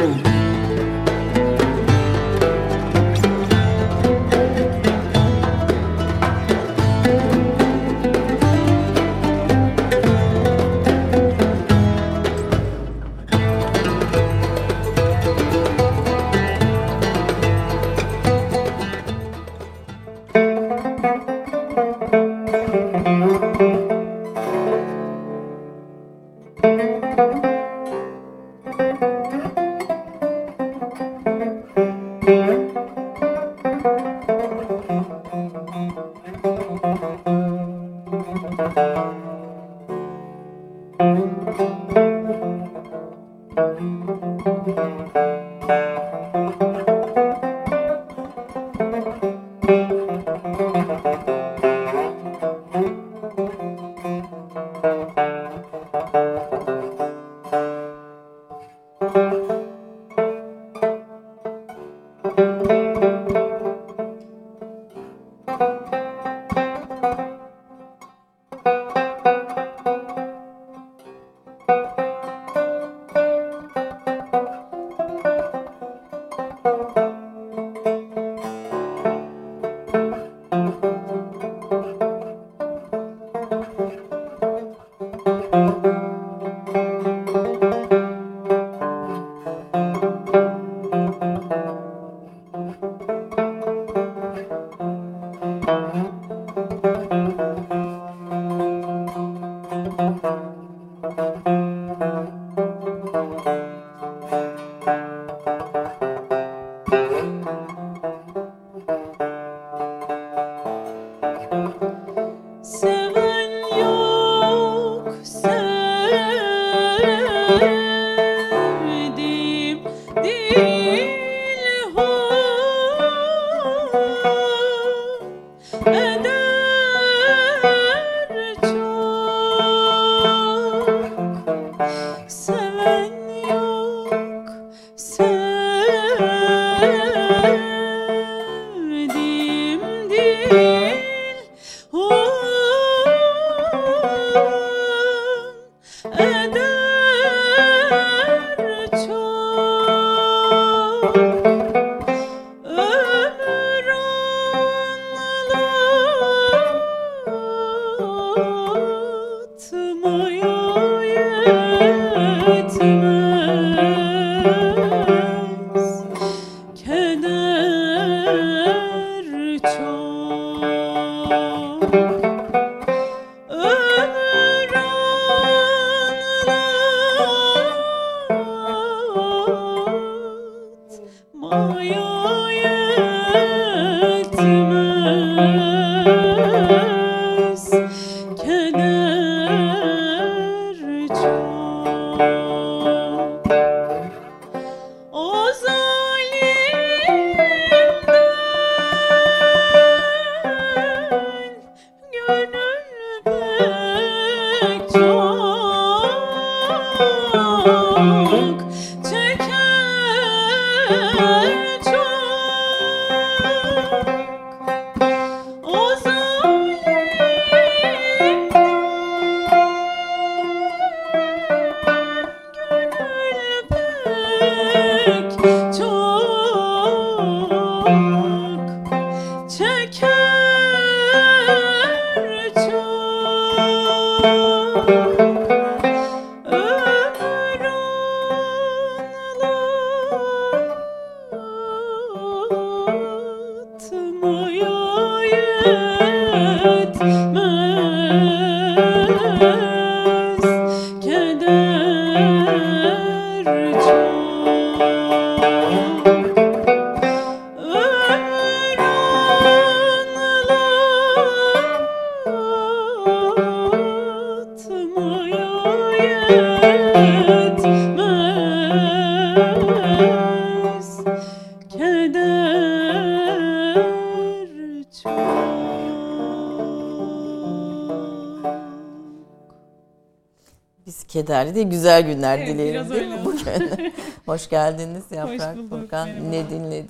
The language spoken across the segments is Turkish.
Kederli değil, güzel günler dileyelim değil mi bugün? Hoş geldiniz Yaprak, Furkan. Ne dinledik?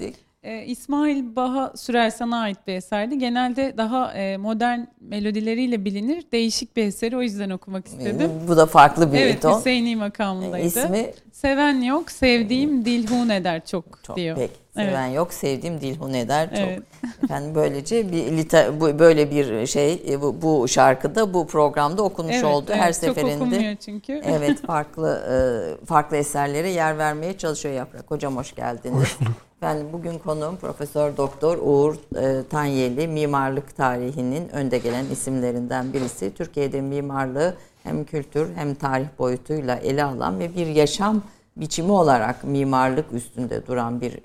İsmail Baha Sürersan'a ait bir eserdi. Genelde daha modern melodileriyle bilinir. Değişik bir eseri, o yüzden okumak istedim. Bu da farklı bir ton. Evet, Hüseyini makamındaydı. İsmi? Seven yok, sevdiğim dilhun eder çok diyor. Peki. Seven yok, sevdiğim dilhun eder çok. Evet. Efendim böylece böyle bir şey bu şarkıda bu programda okunmuş oldu. Her seferinde. Çok okunmuyor çünkü. Evet, farklı eserlere yer vermeye çalışıyor Yaprak. Hocam hoş geldiniz. Hoş bulduk. Ben bugün konuğum Profesör Doktor Uğur Tanyeli, mimarlık tarihinin önde gelen isimlerinden birisi. Türkiye'de mimarlığı hem kültür hem tarih boyutuyla ele alan ve bir yaşam biçimi olarak mimarlık üstünde duran bir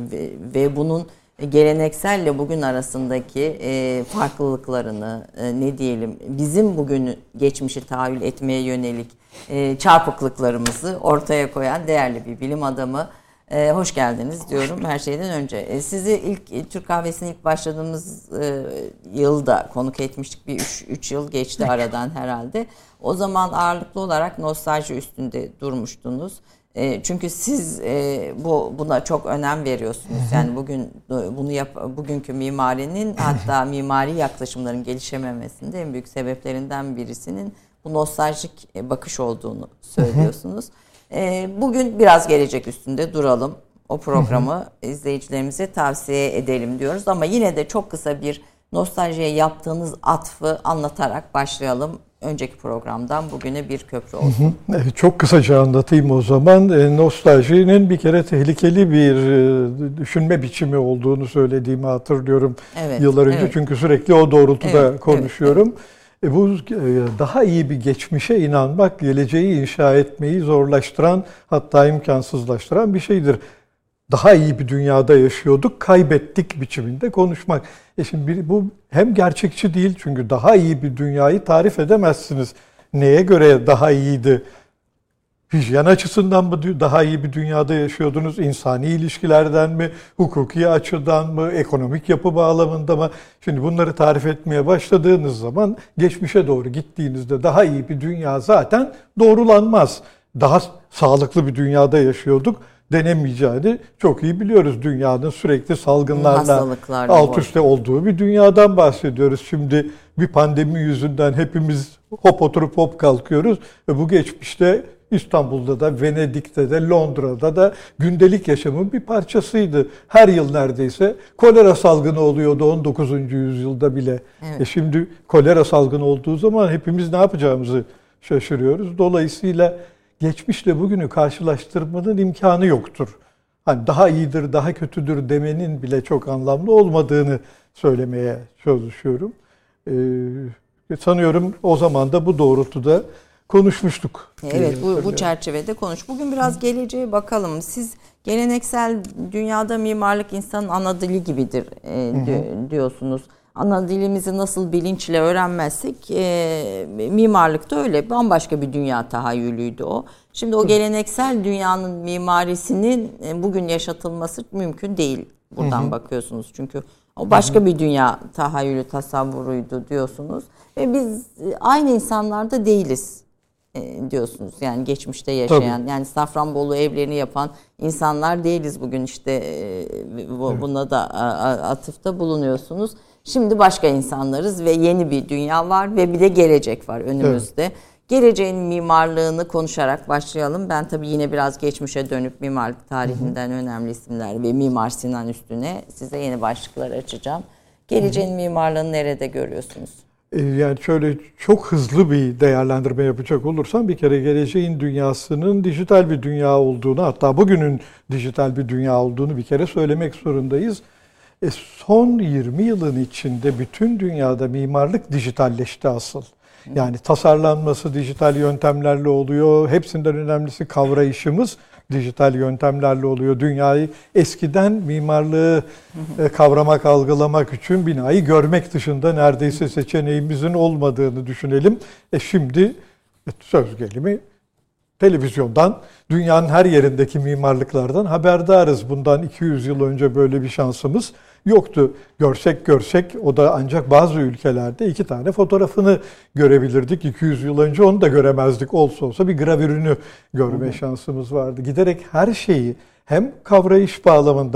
ve bunun gelenekselle bugün arasındaki farklılıklarını ne diyelim bizim bugün geçmişi tahayyül etmeye yönelik çarpıklıklarımızı ortaya koyan değerli bir bilim adamı. Hoş geldiniz diyorum her şeyden önce. Sizi ilk Türk Kahvesi'ne ilk başladığımız yılda konuk etmiştik. Bir 3 yıl geçti aradan herhalde. O zaman ağırlıklı olarak nostalji üstünde durmuştunuz. Çünkü siz buna çok önem veriyorsunuz. Yani bugünkü mimarinin hatta mimari yaklaşımların gelişememesinde en büyük sebeplerinden birisinin bu nostaljik bakış olduğunu söylüyorsunuz. Bugün biraz gelecek üstünde duralım. O programı izleyicilerimize tavsiye edelim diyoruz. Ama yine de çok kısa bir nostaljiye yaptığınız atfı anlatarak başlayalım. Önceki programdan bugüne bir köprü olsun. Çok kısaca anlatayım o zaman. Nostaljinin bir kere tehlikeli bir düşünme biçimi olduğunu söylediğimi hatırlıyorum yıllar önce. Çünkü sürekli o doğrultuda konuşuyorum. Bu daha iyi bir geçmişe inanmak, geleceği inşa etmeyi zorlaştıran, hatta imkansızlaştıran bir şeydir. Daha iyi bir dünyada yaşıyorduk, kaybettik biçiminde konuşmak. Şimdi bu hem gerçekçi değil çünkü daha iyi bir dünyayı tarif edemezsiniz. Neye göre daha iyiydi? Hijyen açısından mı daha iyi bir dünyada yaşıyordunuz? İnsani ilişkilerden mi? Hukuki açıdan mı? Ekonomik yapı bağlamında mı? Şimdi bunları tarif etmeye başladığınız zaman geçmişe doğru gittiğinizde daha iyi bir dünya zaten doğrulanmaz. Daha sağlıklı bir dünyada yaşıyorduk denemeyeceğini çok iyi biliyoruz. Dünyanın sürekli salgınlarla alt üstte olduğu bir dünyadan bahsediyoruz. Şimdi bir pandemi yüzünden hepimiz hop oturup hop kalkıyoruz. Ve bu geçmişte İstanbul'da da, Venedik'te de, Londra'da da gündelik yaşamın bir parçasıydı. Her yıl neredeyse kolera salgını oluyordu 19. yüzyılda bile. Evet. Şimdi kolera salgını olduğu zaman hepimiz ne yapacağımızı şaşırıyoruz. Dolayısıyla geçmişle bugünü karşılaştırmanın imkanı yoktur. Hani daha iyidir, daha kötüdür demenin bile çok anlamlı olmadığını söylemeye çalışıyorum. Sanıyorum o zaman da bu doğrultuda konuşmuştuk. Evet, bu çerçevede konuş. Bugün biraz geleceğe bakalım. Siz geleneksel dünyada mimarlık insanın ana dili gibidir diyorsunuz. Ana dilimizi nasıl bilinçle öğrenmezsek mimarlık da öyle. Bambaşka bir dünya tahayyülüydü o. Şimdi o geleneksel dünyanın mimarisinin bugün yaşatılması mümkün değil. Buradan bakıyorsunuz. Çünkü o başka bir dünya tahayyülü, tasavvuruydu diyorsunuz. Ve biz aynı insanlarda değiliz diyorsunuz. Yani geçmişte yaşayan, yani Safranbolu evlerini yapan insanlar değiliz bugün işte buna da atıfta bulunuyorsunuz. Şimdi başka insanlarız ve yeni bir dünya var ve bir de gelecek var önümüzde. Evet. Geleceğin mimarlığını konuşarak başlayalım. Ben tabii yine biraz geçmişe dönüp mimarlık tarihinden önemli isimler ve Mimar Sinan üstüne size yeni başlıklar açacağım. Geleceğin mimarlığını nerede görüyorsunuz? Yani şöyle çok hızlı bir değerlendirme yapacak olursam bir kere geleceğin dünyasının dijital bir dünya olduğunu, hatta bugünün dijital bir dünya olduğunu bir kere söylemek zorundayız. Son 20 yılın içinde bütün dünyada mimarlık dijitalleşti asıl. Yani tasarlanması dijital yöntemlerle oluyor. Hepsinden önemlisi kavrayışımız dijital yöntemlerle oluyor. Dünyayı eskiden mimarlığı kavramak, algılamak için binayı görmek dışında neredeyse seçeneğimizin olmadığını düşünelim. Şimdi söz gelimi televizyondan, dünyanın her yerindeki mimarlıklardan haberdarız. Bundan 200 yıl önce böyle bir şansımız yoktu. Görsek o da ancak bazı ülkelerde 2 tane fotoğrafını görebilirdik. 200 yıl önce onu da göremezdik. Olsa bir gravürünü görme şansımız vardı. Giderek her şeyi hem kavrayış bağlamında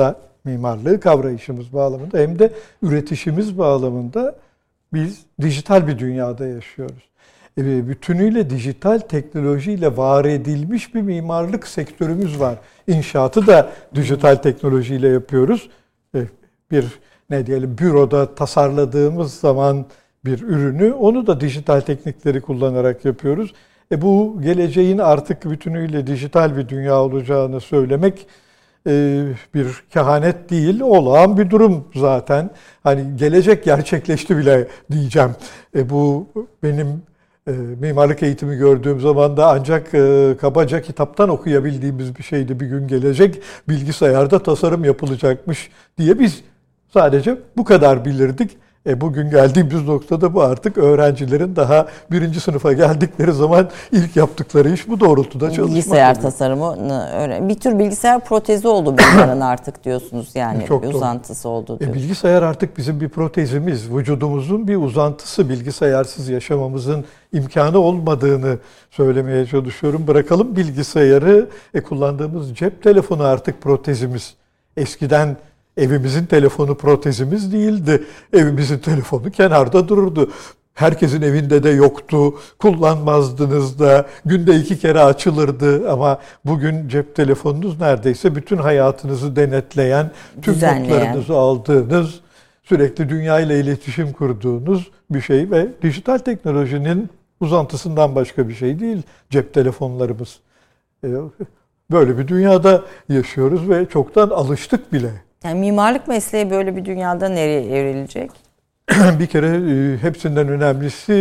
mimarlığı kavrayışımız bağlamında hem de üretişimiz bağlamında biz dijital bir dünyada yaşıyoruz. Bütünüyle dijital teknolojiyle var edilmiş bir mimarlık sektörümüz var. İnşaatı da dijital teknolojiyle yapıyoruz. Bir büroda tasarladığımız zaman bir ürünü onu da dijital teknikleri kullanarak yapıyoruz. Bu geleceğin artık bütünüyle dijital bir dünya olacağını söylemek bir kehanet değil, olağan bir durum zaten. Hani gelecek gerçekleşti bile diyeceğim. Bu benim mimarlık eğitimi gördüğüm zaman da ancak kabaca kitaptan okuyabildiğimiz bir şeydi. Bir gün gelecek bilgisayarda tasarım yapılacakmış diye biz sadece bu kadar bilirdik. Bugün geldiğimiz noktada bu artık öğrencilerin daha 1. sınıfa geldikleri zaman ilk yaptıkları iş bu doğrultuda çalışmak. Bilgisayar tasarımı bir tür bilgisayar protezi oldu bunların artık diyorsunuz yani çok bir uzantısı oldu diyorsunuz. Bilgisayar artık bizim bir protezimiz, vücudumuzun bir uzantısı, bilgisayarsız yaşamamızın imkanı olmadığını söylemeye çalışıyorum. Bırakalım bilgisayarı, kullandığımız cep telefonu artık protezimiz. Eskiden evimizin telefonu protezimiz değildi. Evimizin telefonu kenarda dururdu. Herkesin evinde de yoktu. Kullanmazdınız da. Günde 2 kere açılırdı. Ama bugün cep telefonunuz neredeyse bütün hayatınızı denetleyen, tüm notlarınızı aldığınız, sürekli dünyayla iletişim kurduğunuz bir şey ve dijital teknolojinin uzantısından başka bir şey değil cep telefonlarımız. Böyle bir dünyada yaşıyoruz ve çoktan alıştık bile. Yani mimarlık mesleği böyle bir dünyada nereye evrilecek? Bir kere hepsinden önemlisi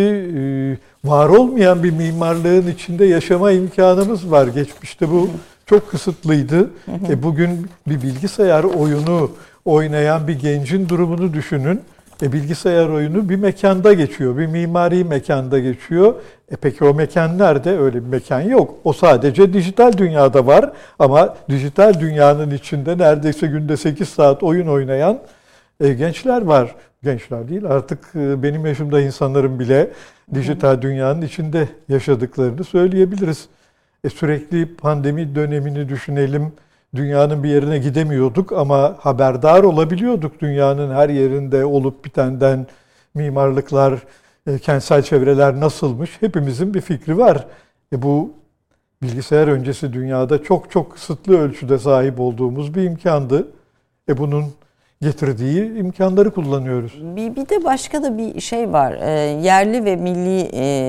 var olmayan bir mimarlığın içinde yaşama imkanımız var. Geçmişte bu çok kısıtlıydı. Bugün bir bilgisayar oyunu oynayan bir gencin durumunu düşünün. Bilgisayar oyunu bir mekanda geçiyor, bir mimari mekanda geçiyor. Peki o mekan nerede? Öyle bir mekan yok. O sadece dijital dünyada var ama dijital dünyanın içinde neredeyse günde 8 saat oyun oynayan gençler var. Gençler değil, artık benim yaşımda insanların bile dijital dünyanın içinde yaşadıklarını söyleyebiliriz. Sürekli pandemi dönemini düşünelim. Dünyanın bir yerine gidemiyorduk ama haberdar olabiliyorduk dünyanın her yerinde olup bitenden, mimarlıklar, kentsel çevreler nasılmış. Hepimizin bir fikri var. Bu bilgisayar öncesi dünyada çok çok kısıtlı ölçüde sahip olduğumuz bir imkandı. Bunun getirdiği imkanları kullanıyoruz. Bir de başka da bir şey var. Yerli ve milli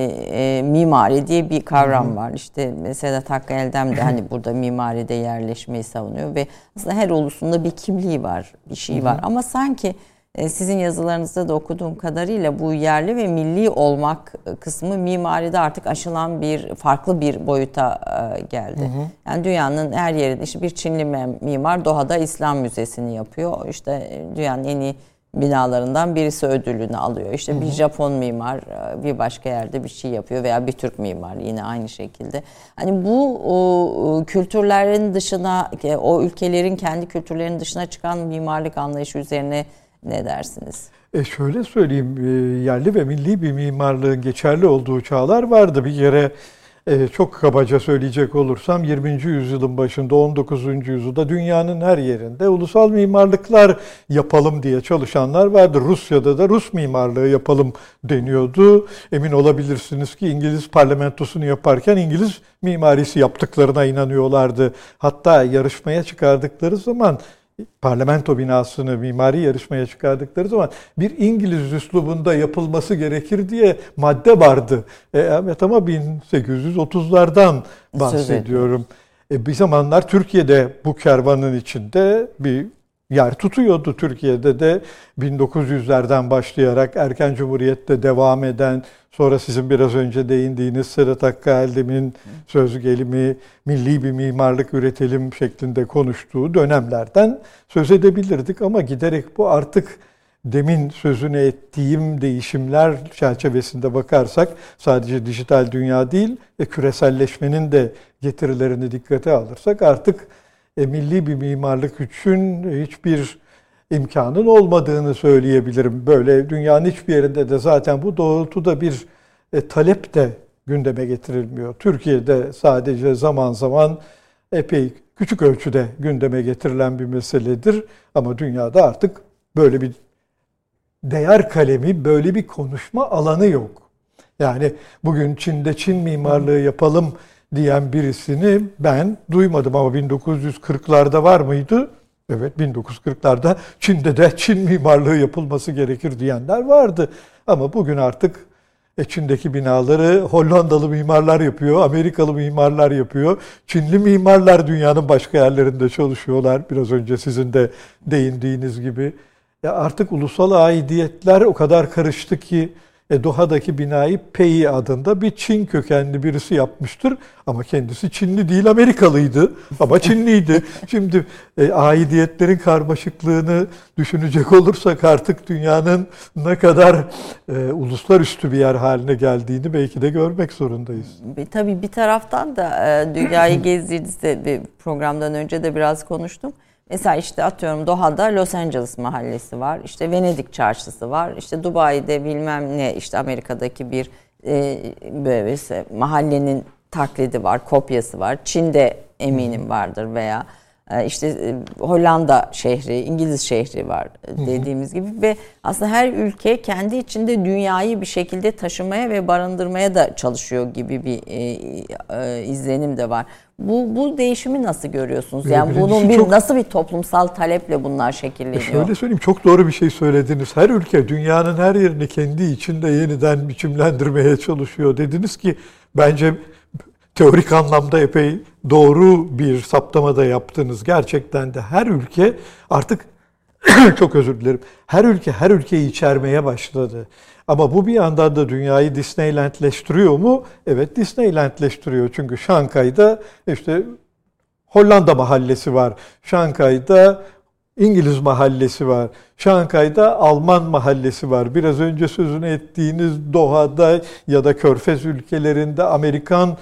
mimari diye bir kavram var. İşte Sedat Hakkı Eldem de hani burada mimaride yerleşmeyi savunuyor ve aslında her ulusunda bir kimliği var, bir şey var. Ama sanki sizin yazılarınızda da okuduğum kadarıyla bu yerli ve milli olmak kısmı mimaride artık aşılan farklı bir boyuta geldi. Yani dünyanın her yerinde işte bir Çinli mimar Doha'da İslam Müzesi'ni yapıyor. İşte dünyanın en iyi binalarından birisi ödülünü alıyor. İşte bir Japon mimar bir başka yerde bir şey yapıyor veya bir Türk mimar yine aynı şekilde. Hani bu kültürlerin dışına, o ülkelerin kendi kültürlerinin dışına çıkan mimarlık anlayışı üzerine ne dersiniz? Şöyle söyleyeyim, yerli ve milli bir mimarlığın geçerli olduğu çağlar vardı. Bir kere çok kabaca söyleyecek olursam 20. yüzyılın başında 19. yüzyılda dünyanın her yerinde ulusal mimarlıklar yapalım diye çalışanlar vardı. Rusya'da da Rus mimarlığı yapalım deniyordu. Emin olabilirsiniz ki İngiliz parlamentosunu yaparken İngiliz mimarisi yaptıklarına inanıyorlardı. Hatta yarışmaya çıkardıkları zaman parlamento binasını mimari yarışmaya çıkardıkları zaman bir İngiliz üslubunda yapılması gerekir diye madde vardı. Evet ama 1830'lardan bahsediyorum. Bir zamanlar Türkiye'de bu kervanın içinde bir yer tutuyordu. Türkiye'de de 1900'lerden başlayarak erken Cumhuriyet'te devam eden, sonra sizin biraz önce değindiğiniz Sedat Hakkı Eldem'in söz gelimi milli bir mimarlık üretelim şeklinde konuştuğu dönemlerden söz edebilirdik. Ama giderek bu artık demin sözünü ettiğim değişimler çerçevesinde bakarsak sadece dijital dünya değil, küreselleşmenin de getirilerini dikkate alırsak artık milli bir mimarlık için hiçbir imkanın olmadığını söyleyebilirim. Böyle dünyanın hiçbir yerinde de zaten bu doğrultuda bir talep de gündeme getirilmiyor. Türkiye'de sadece zaman zaman epey küçük ölçüde gündeme getirilen bir meseledir. Ama dünyada artık böyle bir değer kalemi, böyle bir konuşma alanı yok. Yani bugün Çin'de Çin mimarlığı yapalım diyen birisini ben duymadım ama 1940'larda var mıydı? Evet, 1940'larda Çin'de de Çin mimarlığı yapılması gerekir diyenler vardı. Ama bugün artık Çin'deki binaları Hollandalı mimarlar yapıyor, Amerikalı mimarlar yapıyor. Çinli mimarlar dünyanın başka yerlerinde çalışıyorlar. Biraz önce sizin de değindiğiniz gibi. Artık ulusal aidiyetler o kadar karıştı ki Doha'daki binayı Pei adında bir Çin kökenli birisi yapmıştır. Ama kendisi Çinli değil, Amerikalıydı. Ama Çinliydi. Şimdi aidiyetlerin karmaşıklığını düşünecek olursak artık dünyanın ne kadar uluslararası bir yer haline geldiğini belki de görmek zorundayız. Tabii bir taraftan da dünyayı gezdiğinizde bir programdan önce de biraz konuştum. Mesela işte atıyorum Doha'da Los Angeles mahallesi var, işte Venedik çarşısı var, işte Dubai'de bilmem ne, işte Amerika'daki bir böyle mahallenin taklidi var, kopyası var. Çin'de eminim vardır veya işte Hollanda şehri, İngiliz şehri var dediğimiz gibi ve aslında her ülke kendi içinde dünyayı bir şekilde taşımaya ve barındırmaya da çalışıyor gibi bir izlenim de var. Bu değişimi nasıl görüyorsunuz? Yani bunun nasıl bir toplumsal taleple bunlar şekilleniyor? Şöyle söyleyeyim, çok doğru bir şey söylediniz. Her ülke dünyanın her yerini kendi içinde yeniden biçimlendirmeye çalışıyor. Dediniz ki bence teorik anlamda epey doğru bir saptamada yaptınız. Gerçekten de her ülke artık çok özür dilerim. Her ülke her ülkeyi içermeye başladı. Ama bu bir yandan da dünyayı Disneylandleştiriyor mu? Evet, Disneylandleştiriyor. Çünkü Şanghay'da işte Hollanda mahallesi var. Şanghay'da İngiliz mahallesi var. Şanghay'da Alman mahallesi var. Biraz önce sözünü ettiğiniz Doha'da ya da Körfez ülkelerinde Amerikan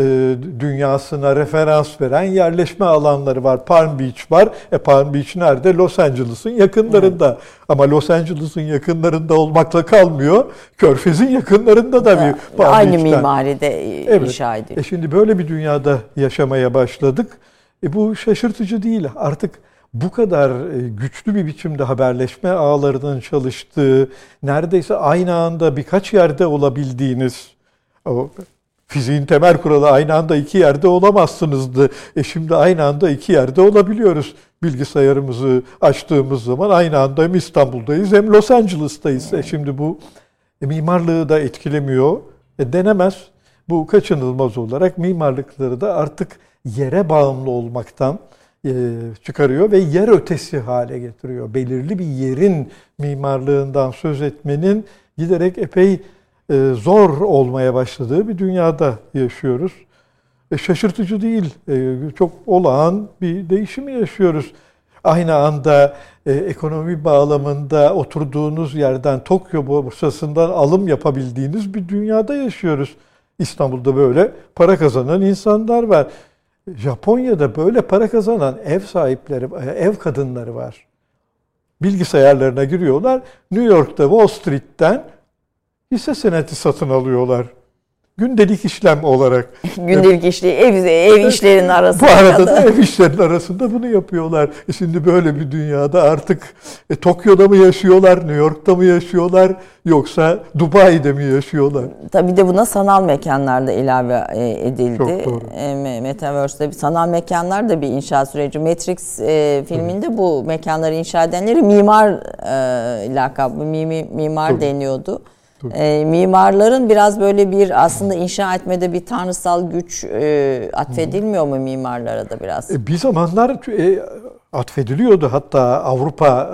dünyasına referans veren yerleşme alanları var. Palm Beach var. Palm Beach nerede? Los Angeles'ın yakınlarında. Evet. Ama Los Angeles'ın yakınlarında olmakla kalmıyor. Körfez'in yakınlarında da bir Palm aynı Beach'ten. mimaride inşa ediliyor. Şimdi böyle bir dünyada yaşamaya başladık. Bu şaşırtıcı değil. Artık bu kadar güçlü bir biçimde haberleşme ağlarının çalıştığı, neredeyse aynı anda birkaç yerde olabildiğiniz, o fiziğin temel kuralı aynı anda iki yerde olamazsınızdı. Şimdi aynı anda iki yerde olabiliyoruz. Bilgisayarımızı açtığımız zaman aynı anda hem İstanbul'dayız hem Los Angeles'tayız. Şimdi bu mimarlığı da etkilemiyor. Denemez. Bu kaçınılmaz olarak mimarlıkları da artık yere bağımlı olmaktan çıkarıyor ve yer ötesi hale getiriyor. Belirli bir yerin mimarlığından söz etmenin giderek epey zor olmaya başladığı bir dünyada yaşıyoruz. Şaşırtıcı değil, çok olağan bir değişimi yaşıyoruz. Aynı anda ekonomi bağlamında oturduğunuz yerden Tokyo borsasından alım yapabildiğiniz bir dünyada yaşıyoruz. İstanbul'da böyle para kazanan insanlar var. Japonya'da böyle para kazanan ev sahipleri, ev kadınları var. Bilgisayarlarına giriyorlar. New York'ta Wall Street'ten hisse senedi satın alıyorlar. Gündelik işlem olarak. Gündelik ev işlerinin arasında. Bu arada da ev işlerinin arasında bunu yapıyorlar. Şimdi böyle bir dünyada artık Tokyo'da mı yaşıyorlar, New York'ta mı yaşıyorlar yoksa Dubai'de mi yaşıyorlar? Tabii de buna sanal mekanlar da ilave edildi. Çok doğru. Metaverse'de bir sanal mekanlar da bir inşa süreci. Matrix filminde bu mekanları inşa edenleri mimar lakabı, mimar deniyordu. Mimarların biraz böyle bir aslında inşa etmede bir tanrısal güç atfedilmiyor mu mimarlara da biraz? Bir zamanlar atfediliyordu. Hatta Avrupa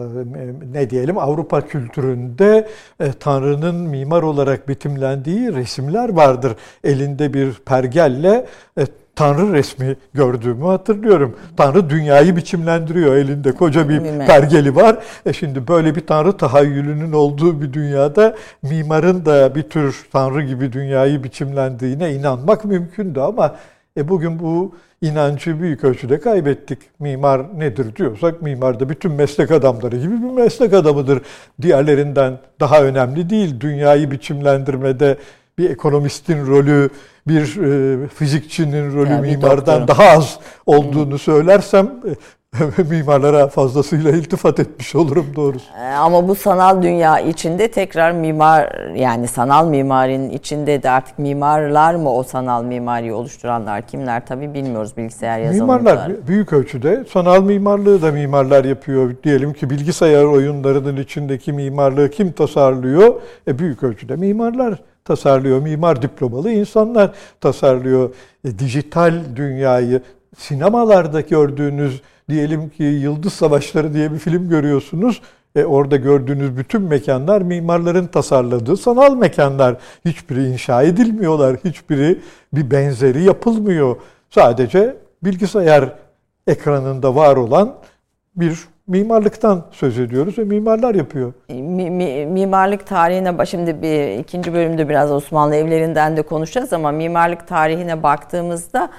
Avrupa kültüründe Tanrı'nın mimar olarak betimlendiği resimler vardır. Elinde bir pergelle Tanrı resmi gördüğümü hatırlıyorum. Tanrı dünyayı biçimlendiriyor. Elinde koca bir pergeli var. Şimdi böyle bir Tanrı tahayyülünün olduğu bir dünyada mimarın da bir tür Tanrı gibi dünyayı biçimlendiğine inanmak mümkündü ama bugün bu inancı büyük ölçüde kaybettik. Mimar nedir diyorsak mimar da bütün meslek adamları gibi bir meslek adamıdır. Diğerlerinden daha önemli değil. Dünyayı biçimlendirmede bir ekonomistin rolü, bir fizikçinin rolü yani mimardan daha az olduğunu söylersem mimarlara fazlasıyla iltifat etmiş olurum doğrusu. Ama bu sanal dünya içinde tekrar mimar, yani sanal mimarinin içinde de artık mimarlar mı o sanal mimariyi oluşturanlar, kimler tabii bilmiyoruz, bilgisayar yazılımcılar. Mimarlar büyük ölçüde sanal mimarlığı da mimarlar yapıyor. Diyelim ki bilgisayar oyunlarının içindeki mimarlığı kim tasarlıyor? Büyük ölçüde mimarlar tasarlıyor. Mimar diplomalı insanlar tasarlıyor. Dijital dünyayı, sinemalarda gördüğünüz, diyelim ki Yıldız Savaşları diye bir film görüyorsunuz. Orada gördüğünüz bütün mekanlar mimarların tasarladığı sanal mekanlar. Hiçbiri inşa edilmiyorlar. Hiçbiri bir benzeri yapılmıyor. Sadece bilgisayar ekranında var olan bir mimarlıktan söz ediyoruz ve mimarlar yapıyor. Mimarlık tarihine, şimdi ikinci bölümde biraz Osmanlı evlerinden de konuşacağız ama mimarlık tarihine baktığımızda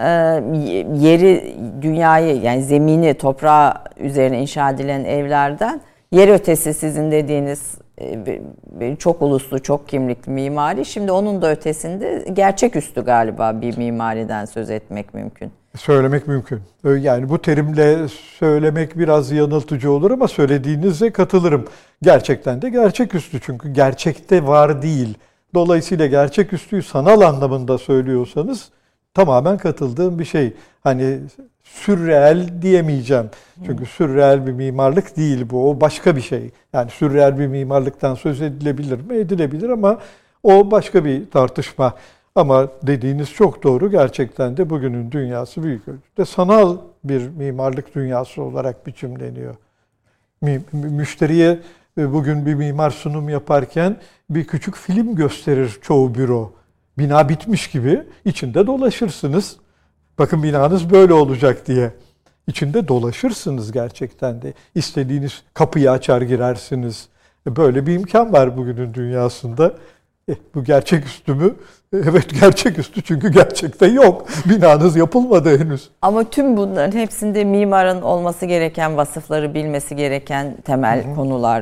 yeri, dünyayı, yani zemini, toprağı üzerine inşa edilen evlerden yer ötesi sizin dediğiniz çok uluslu, çok kimlikli mimari. Şimdi onun da ötesinde gerçeküstü galiba bir mimariden söz etmek mümkün. Söylemek mümkün. Yani bu terimle söylemek biraz yanıltıcı olur ama söylediğinize katılırım. Gerçekten de gerçeküstü, çünkü gerçekte var değil. Dolayısıyla gerçeküstüyü sanal anlamında söylüyorsanız tamamen katıldığım bir şey. Hani sürreel diyemeyeceğim. Çünkü sürreel bir mimarlık değil bu. O başka bir şey. Yani sürreel bir mimarlıktan söz edilebilir mi? Edilebilir ama o başka bir tartışma. Ama dediğiniz çok doğru. Gerçekten de bugünün dünyası büyük ölçüde sanal bir mimarlık dünyası olarak biçimleniyor. Müşteriye bugün bir mimar sunum yaparken bir küçük film gösterir çoğu büro. Bina bitmiş gibi içinde dolaşırsınız. Bakın binanız böyle olacak diye. İçinde dolaşırsınız gerçekten de. İstediğiniz kapıyı açar girersiniz. Böyle bir imkan var bugünün dünyasında. Bu gerçeküstü mü? Evet, gerçeküstü, çünkü gerçekte yok. Binanız yapılmadı henüz. Ama tüm bunların hepsinde mimarın olması gereken vasıfları, bilmesi gereken temel konular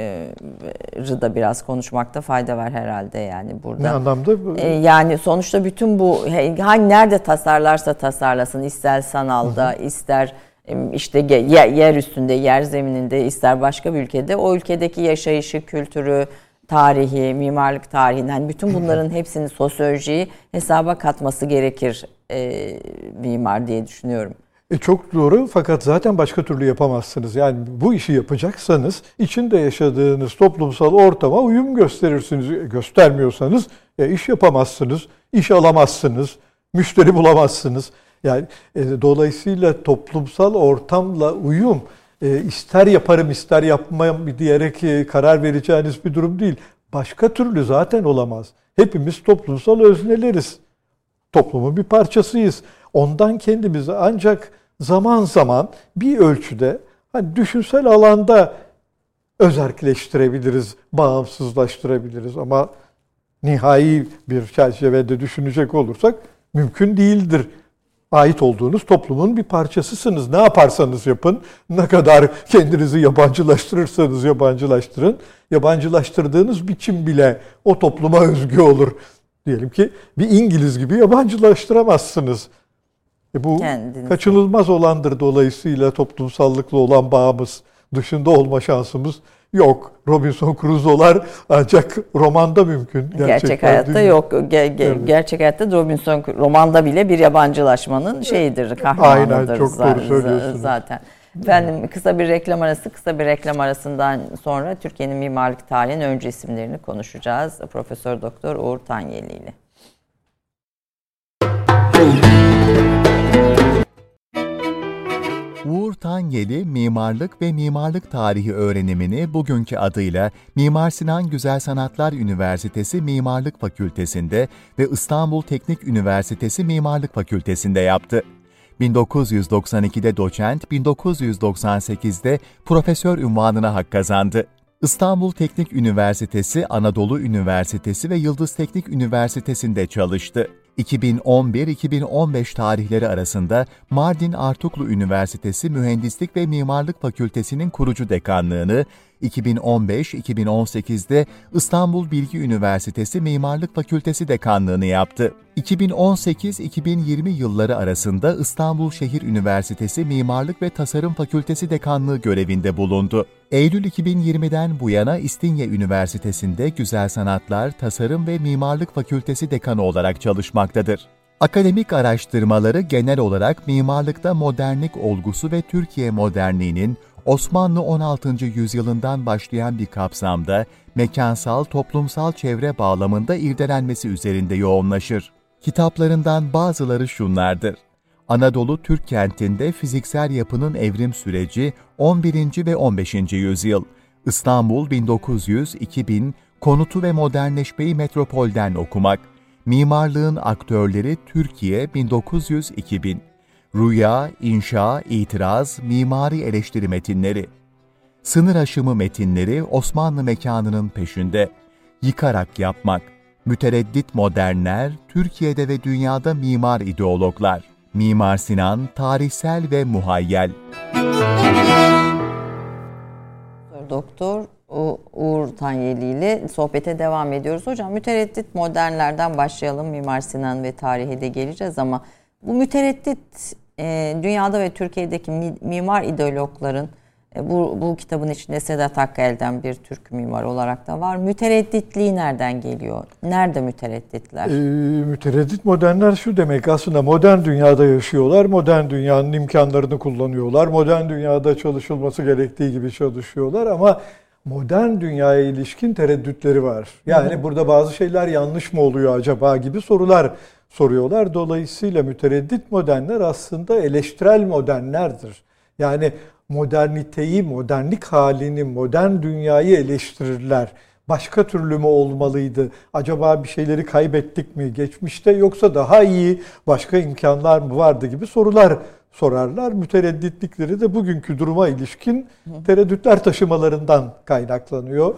da biraz konuşmakta fayda var herhalde, yani burada. Ne anlamda? Yani sonuçta bütün bu nerede tasarlarsa tasarlasın, ister sanalda, ister işte yer üstünde, yer zemininde, ister başka bir ülkede, o ülkedeki yaşayışı, kültürü, tarihi, mimarlık tarihini, hani bütün bunların hepsini, sosyolojiyi hesaba katması gerekir mimar diye düşünüyorum. Çok doğru, fakat zaten başka türlü yapamazsınız. Yani bu işi yapacaksanız içinde yaşadığınız toplumsal ortama uyum gösterirsiniz. Göstermiyorsanız iş yapamazsınız, iş alamazsınız, müşteri bulamazsınız. Yani dolayısıyla toplumsal ortamla uyum, ister yaparım ister yapmam diyerek karar vereceğiniz bir durum değil. Başka türlü zaten olamaz. Hepimiz toplumsal özneleriz. Toplumun bir parçasıyız. Ondan kendimizi ancak zaman zaman bir ölçüde, hani düşünsel alanda özerkleştirebiliriz, bağımsızlaştırabiliriz. Ama nihai bir çerçevede düşünecek olursak mümkün değildir. Ait olduğunuz toplumun bir parçasısınız. Ne yaparsanız yapın, ne kadar kendinizi yabancılaştırırsanız yabancılaştırın, yabancılaştırdığınız biçim bile o topluma özgü olur. Diyelim ki bir İngiliz gibi yabancılaştıramazsınız. Bu kaçınılmaz olandır. Dolayısıyla toplumsallıkla olan bağımız, dışında olma şansımız yok. Robinson Crusoe'lar ancak romanda mümkün. Gerçek hayatta yok. Gerçek hayatta Robinson romanda bile bir yabancılaşmanın şeyidir, kahramanıdır. Aynen, çok doğru söylüyorsunuz. Zaten. Efendim, kısa bir reklam arasından sonra Türkiye'nin mimarlık tarihinin öncü isimlerini konuşacağız. Profesör Doktor Uğur Tanyeli ile. Uğur Tanyeli, mimarlık ve mimarlık tarihi öğrenimini bugünkü adıyla Mimar Sinan Güzel Sanatlar Üniversitesi Mimarlık Fakültesi'nde ve İstanbul Teknik Üniversitesi Mimarlık Fakültesi'nde yaptı. 1992'de doçent, 1998'de profesör unvanına hak kazandı. İstanbul Teknik Üniversitesi, Anadolu Üniversitesi ve Yıldız Teknik Üniversitesi'nde çalıştı. 2011-2015 tarihleri arasında Mardin Artuklu Üniversitesi Mühendislik ve Mimarlık Fakültesi'nin kurucu dekanlığını, 2015-2018'de İstanbul Bilgi Üniversitesi Mimarlık Fakültesi Dekanlığını yaptı. 2018-2020 yılları arasında İstanbul Şehir Üniversitesi Mimarlık ve Tasarım Fakültesi Dekanlığı görevinde bulundu. Eylül 2020'den bu yana İstinye Üniversitesi'nde Güzel Sanatlar, Tasarım ve Mimarlık Fakültesi Dekanı olarak çalışmaktadır. Akademik araştırmaları genel olarak mimarlıkta modernlik olgusu ve Türkiye modernliğinin Osmanlı 16. yüzyılından başlayan bir kapsamda mekansal, toplumsal çevre bağlamında irdelenmesi üzerinde yoğunlaşır. Kitaplarından bazıları şunlardır. Anadolu Türk kentinde fiziksel yapının evrim süreci 11. ve 15. yüzyıl. İstanbul 1900-2000, konutu ve modernleşmeyi metropolden okumak. Mimarlığın aktörleri Türkiye 1900-2000. Rüya, inşa, itiraz, mimari eleştiri metinleri. Sınır aşımı metinleri Osmanlı mekanının peşinde. Yıkarak yapmak. Mütereddit modernler, Türkiye'de ve dünyada mimar ideologlar. Mimar Sinan, tarihsel ve muhayyel. Doktor Uğur Tanyeli ile sohbete devam ediyoruz. Hocam mütereddit modernlerden başlayalım. Mimar Sinan ve tarihe de geleceğiz ama bu mütereddit dünyada ve Türkiye'deki mimar ideologların bu kitabın içinde Sedat Hakkı'dan bir Türk mimar olarak da var. Müteredditliği nereden geliyor? Nerede müteredditler? Mütereddit modernler şu demek, aslında modern dünyada yaşıyorlar. Modern dünyanın imkanlarını kullanıyorlar. Modern dünyada çalışılması gerektiği gibi çalışıyorlar ama modern dünyaya ilişkin tereddütleri var. Yani burada bazı şeyler yanlış mı oluyor acaba gibi sorular soruyorlar. Dolayısıyla mütereddit modernler aslında eleştirel modernlerdir. Yani moderniteyi, modernlik halini, modern dünyayı eleştirirler. Başka türlü mü olmalıydı? Acaba bir şeyleri kaybettik mi geçmişte, yoksa daha iyi başka imkanlar mı vardı gibi sorular sorarlar. Müteredditlikleri de bugünkü duruma ilişkin tereddütler taşımalarından kaynaklanıyor.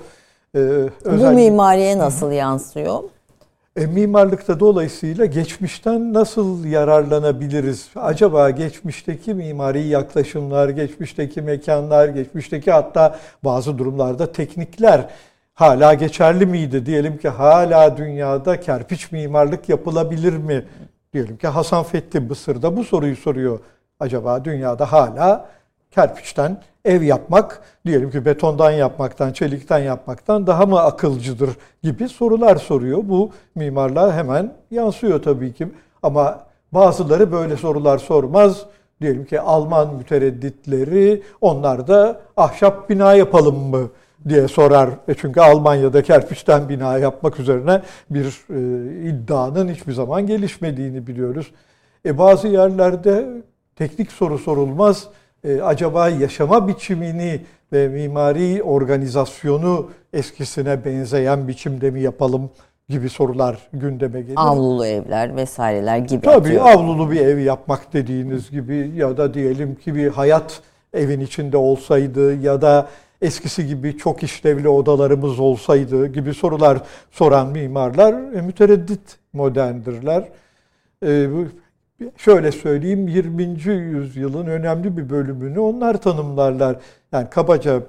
Bu mimariye nasıl yansıyor? Mimarlıkta dolayısıyla geçmişten nasıl yararlanabiliriz? Acaba geçmişteki mimari yaklaşımlar, geçmişteki mekanlar, geçmişteki hatta bazı durumlarda teknikler hala geçerli miydi? Diyelim ki hala dünyada kerpiç mimarlık yapılabilir mi? Diyelim ki Hasan Fethi Mısır'da bu soruyu soruyor. Acaba dünyada hala kerpiçten ev yapmak, diyelim ki betondan yapmaktan, çelikten yapmaktan daha mı akılcıdır gibi sorular soruyor. Bu mimarlığa hemen yansıyor tabii ki. Ama bazıları böyle sorular sormaz. Diyelim ki Alman müteredditleri, onlar da ahşap bina yapalım mı diye sorar. Çünkü Almanya'da kerpiçten bina yapmak üzerine bir iddianın hiçbir zaman gelişmediğini biliyoruz. Bazı yerlerde teknik soru sorulmaz. Acaba yaşama biçimini ve mimari organizasyonu eskisine benzeyen biçimde mi yapalım gibi sorular gündeme gelir. Avlulu evler vesaireler gibi. Tabii atıyor. Avlulu bir ev yapmak dediğiniz gibi, ya da diyelim ki bir hayat evin içinde olsaydı ya da eskisi gibi çok işlevli odalarımız olsaydı gibi sorular soran mimarlar mütereddit moderndirler. Şöyle söyleyeyim, 20. yüzyılın önemli bir bölümünü onlar tanımlarlar. Yani kabaca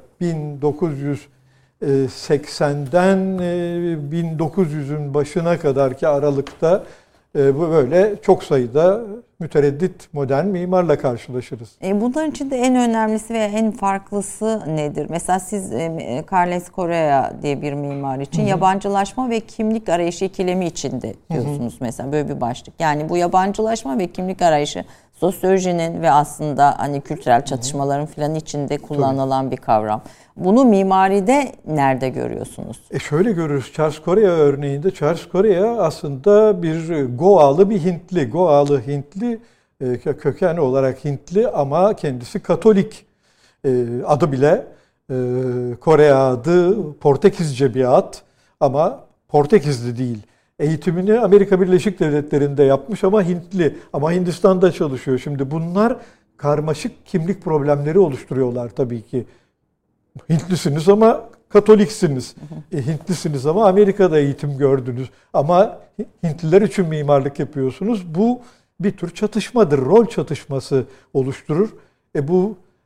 1980'den 1900'ün başına kadarki aralıkta böyle çok sayıda mütereddit modern mimarla karşılaşırız. Bunların içinde en önemlisi ve en farklısı nedir? Mesela siz Carles Correa diye bir mimar için yabancılaşma ve kimlik arayışı ikilemi içinde diyorsunuz mesela, böyle bir başlık. Yani bu yabancılaşma ve kimlik arayışı sosyolojinin ve aslında hani kültürel çatışmaların filan içinde kullanılan bir kavram. Bunu mimaride nerede görüyorsunuz? Şöyle görürüz. Charles Correa örneğinde. Charles Correa aslında bir Goa'lı bir Hintli. Goa'lı Hintli, köken olarak Hintli ama kendisi Katolik. Adı bile Korea adı Portekizce bir ad ama Portekizli değil. Eğitimini Amerika Birleşik Devletleri'nde yapmış ama Hintli. Ama Hindistan'da çalışıyor. Şimdi bunlar karmaşık kimlik problemleri oluşturuyorlar tabii ki. Hintlisiniz ama Katoliksiniz. Hintlisiniz ama Amerika'da eğitim gördünüz. Ama Hintliler için mimarlık yapıyorsunuz. Bu bir tür çatışmadır. Rol çatışması oluşturur. Bu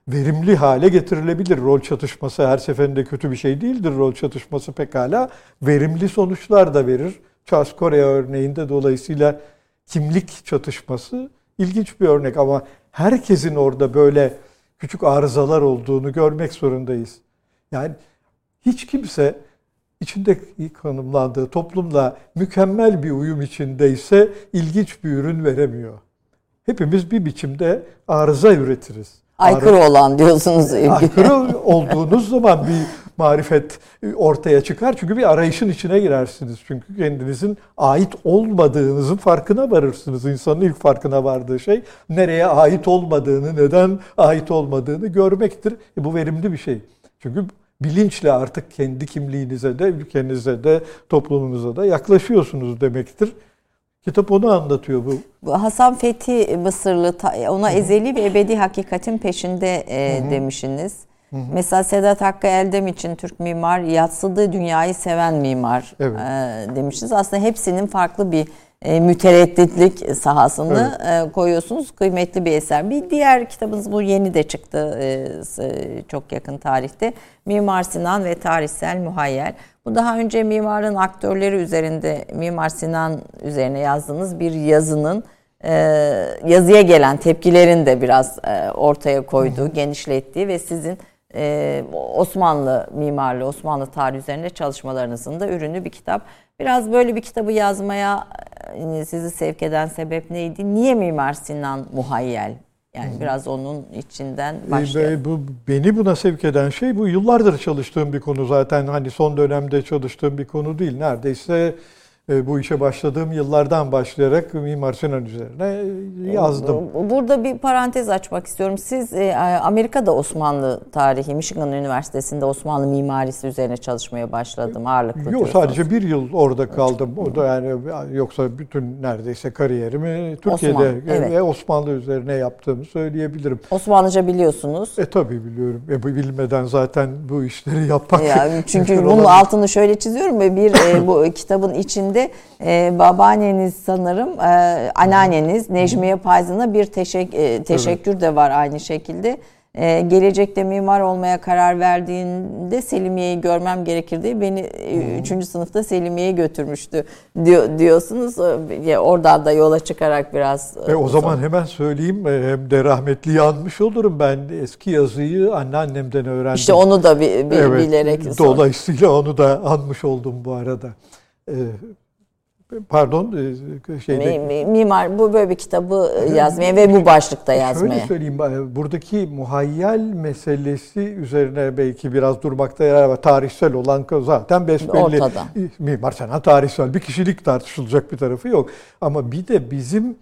verimli hale getirilebilir. Rol çatışması her seferinde kötü bir şey değildir. Rol çatışması pekala verimli sonuçlar da verir. Charles Correa örneğinde dolayısıyla kimlik çatışması ilginç bir örnek ama herkesin orada böyle küçük arızalar olduğunu görmek zorundayız. Yani hiç kimse içinde konumlandığı toplumla mükemmel bir uyum içindeyse ilginç bir ürün veremiyor. Hepimiz bir biçimde arıza üretiriz. Aykırı olan diyorsunuz. Aykırı olduğunuz zaman bir marifet ortaya çıkar. Çünkü bir arayışın içine girersiniz. Çünkü kendinizin ait olmadığınızın farkına varırsınız. İnsanın ilk farkına vardığı şey nereye ait olmadığını, neden ait olmadığını görmektir. Bu verimli bir şey. Çünkü bilinçle artık kendi kimliğinize de, ülkenize de, toplumunuza da yaklaşıyorsunuz demektir. Kitap onu anlatıyor bu. Hasan Fethi Mısırlı, ona ezeli ve ebedi hakikatin peşinde demişsiniz. Mesela Sedat Hakkı Eldem için Türk mimar, yatsıdığı dünyayı seven mimar demiştiniz. Aslında hepsinin farklı bir müteredditlik sahasını koyuyorsunuz. Kıymetli bir eser. Bir diğer kitabınız bu yeni de çıktı çok yakın tarihte. Mimar Sinan ve Tarihsel Muhayyel. Bu daha önce mimarın aktörleri üzerinde, Mimar Sinan üzerine yazdığınız bir yazının yazıya gelen tepkilerin de biraz ortaya koyduğu, genişlettiği ve sizin Osmanlı mimarlığı, Osmanlı tarihi üzerinde çalışmalarınızın da ürünü bir kitap. Biraz böyle bir kitabı yazmaya sizi sevk eden sebep neydi? Niye Mimar Sinan Muhayyel? Yani biraz onun içinden başlayalım. Beni buna sevk eden şey bu yıllardır çalıştığım bir konu zaten. Hani son dönemde çalıştığım bir konu değil. Neredeyse bu işe başladığım yıllardan başlayarak Mimar Sinan üzerine yazdım. Burada bir parantez açmak istiyorum. Siz Amerika'da Osmanlı tarihi, Michigan Üniversitesi'nde Osmanlı mimarisi üzerine çalışmaya başladım ağırlıklı. Yok, sadece bir yıl orada kaldım. O da yani yoksa bütün neredeyse kariyerimi Türkiye'de ve Osmanlı üzerine yaptığımı söyleyebilirim. Osmanlıca biliyorsunuz. Tabii biliyorum. Bilmeden zaten bu işleri yapmak. Yani çünkü bunun altını şöyle çiziyorum ve bu kitabın içinde babaanneniz sanırım, anneanneniz Necmiye Payzın'a bir teşekkür de var aynı şekilde. Gelecekte mimar olmaya karar verdiğinde Selimiye'yi görmem gerekir diye beni 3. sınıfta Selimiye'ye götürmüştü diyorsunuz. Oradan da yola çıkarak biraz... O zaman hemen söyleyeyim, hem de rahmetliyi anmış olurum. Ben eski yazıyı anneannemden öğrendim. İşte onu da bilerek... Dolayısıyla onu da anmış oldum bu arada. Mimar bu böyle bir kitabı yazmaya ve bu başlıkta yazmaya. Şöyle söyleyeyim, buradaki muhayyel meselesi üzerine belki biraz durmakta yarar var. Tarihsel olan zaten besbelli. Ortada. Mimar Sinan tarihsel bir kişilik, tartışılacak bir tarafı yok. Ama bir de bizim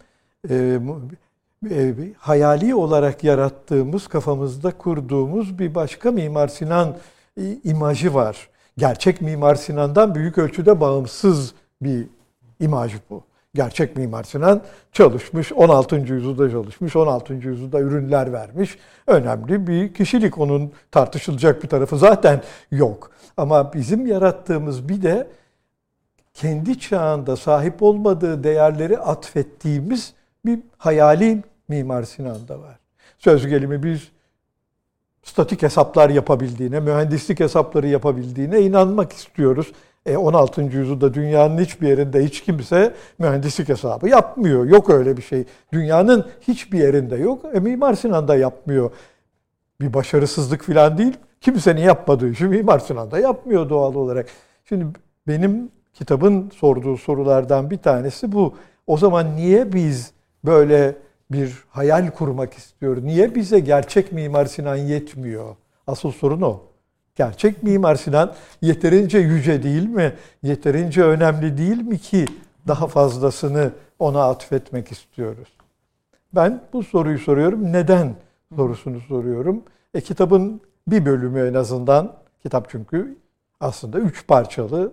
hayali olarak yarattığımız, kafamızda kurduğumuz bir başka Mimar Sinan imajı var. Gerçek Mimar Sinan'dan büyük ölçüde bağımsız bir imaj bu. Gerçek Mimar Sinan çalışmış, 16. yüzyılda çalışmış, 16. yüzyılda ürünler vermiş. Önemli bir kişilik. Onun tartışılacak bir tarafı zaten yok. Ama bizim yarattığımız bir de kendi çağında sahip olmadığı değerleri atfettiğimiz bir hayali Mimar Sinan'da var. Söz gelimi biz statik hesaplar yapabildiğine, mühendislik hesapları yapabildiğine inanmak istiyoruz. 16. yüzyılda dünyanın hiçbir yerinde hiç kimse mühendislik hesabı yapmıyor. Yok öyle bir şey. Dünyanın hiçbir yerinde yok. Mimar Sinan da yapmıyor. Bir başarısızlık falan değil. Kimsenin yapmadığı işi Mimar Sinan da yapmıyor doğal olarak. Şimdi benim kitabın sorduğu sorulardan bir tanesi bu. O zaman niye biz böyle bir hayal kurmak istiyoruz? Niye bize gerçek Mimar Sinan yetmiyor? Asıl sorun o. Gerçek Mimar Sinan yeterince yüce değil mi? Yeterince önemli değil mi ki daha fazlasını ona atfetmek istiyoruz? Ben bu soruyu soruyorum. Neden sorusunu soruyorum. Kitabın bir bölümü en azından, kitap çünkü aslında 3 parçalı.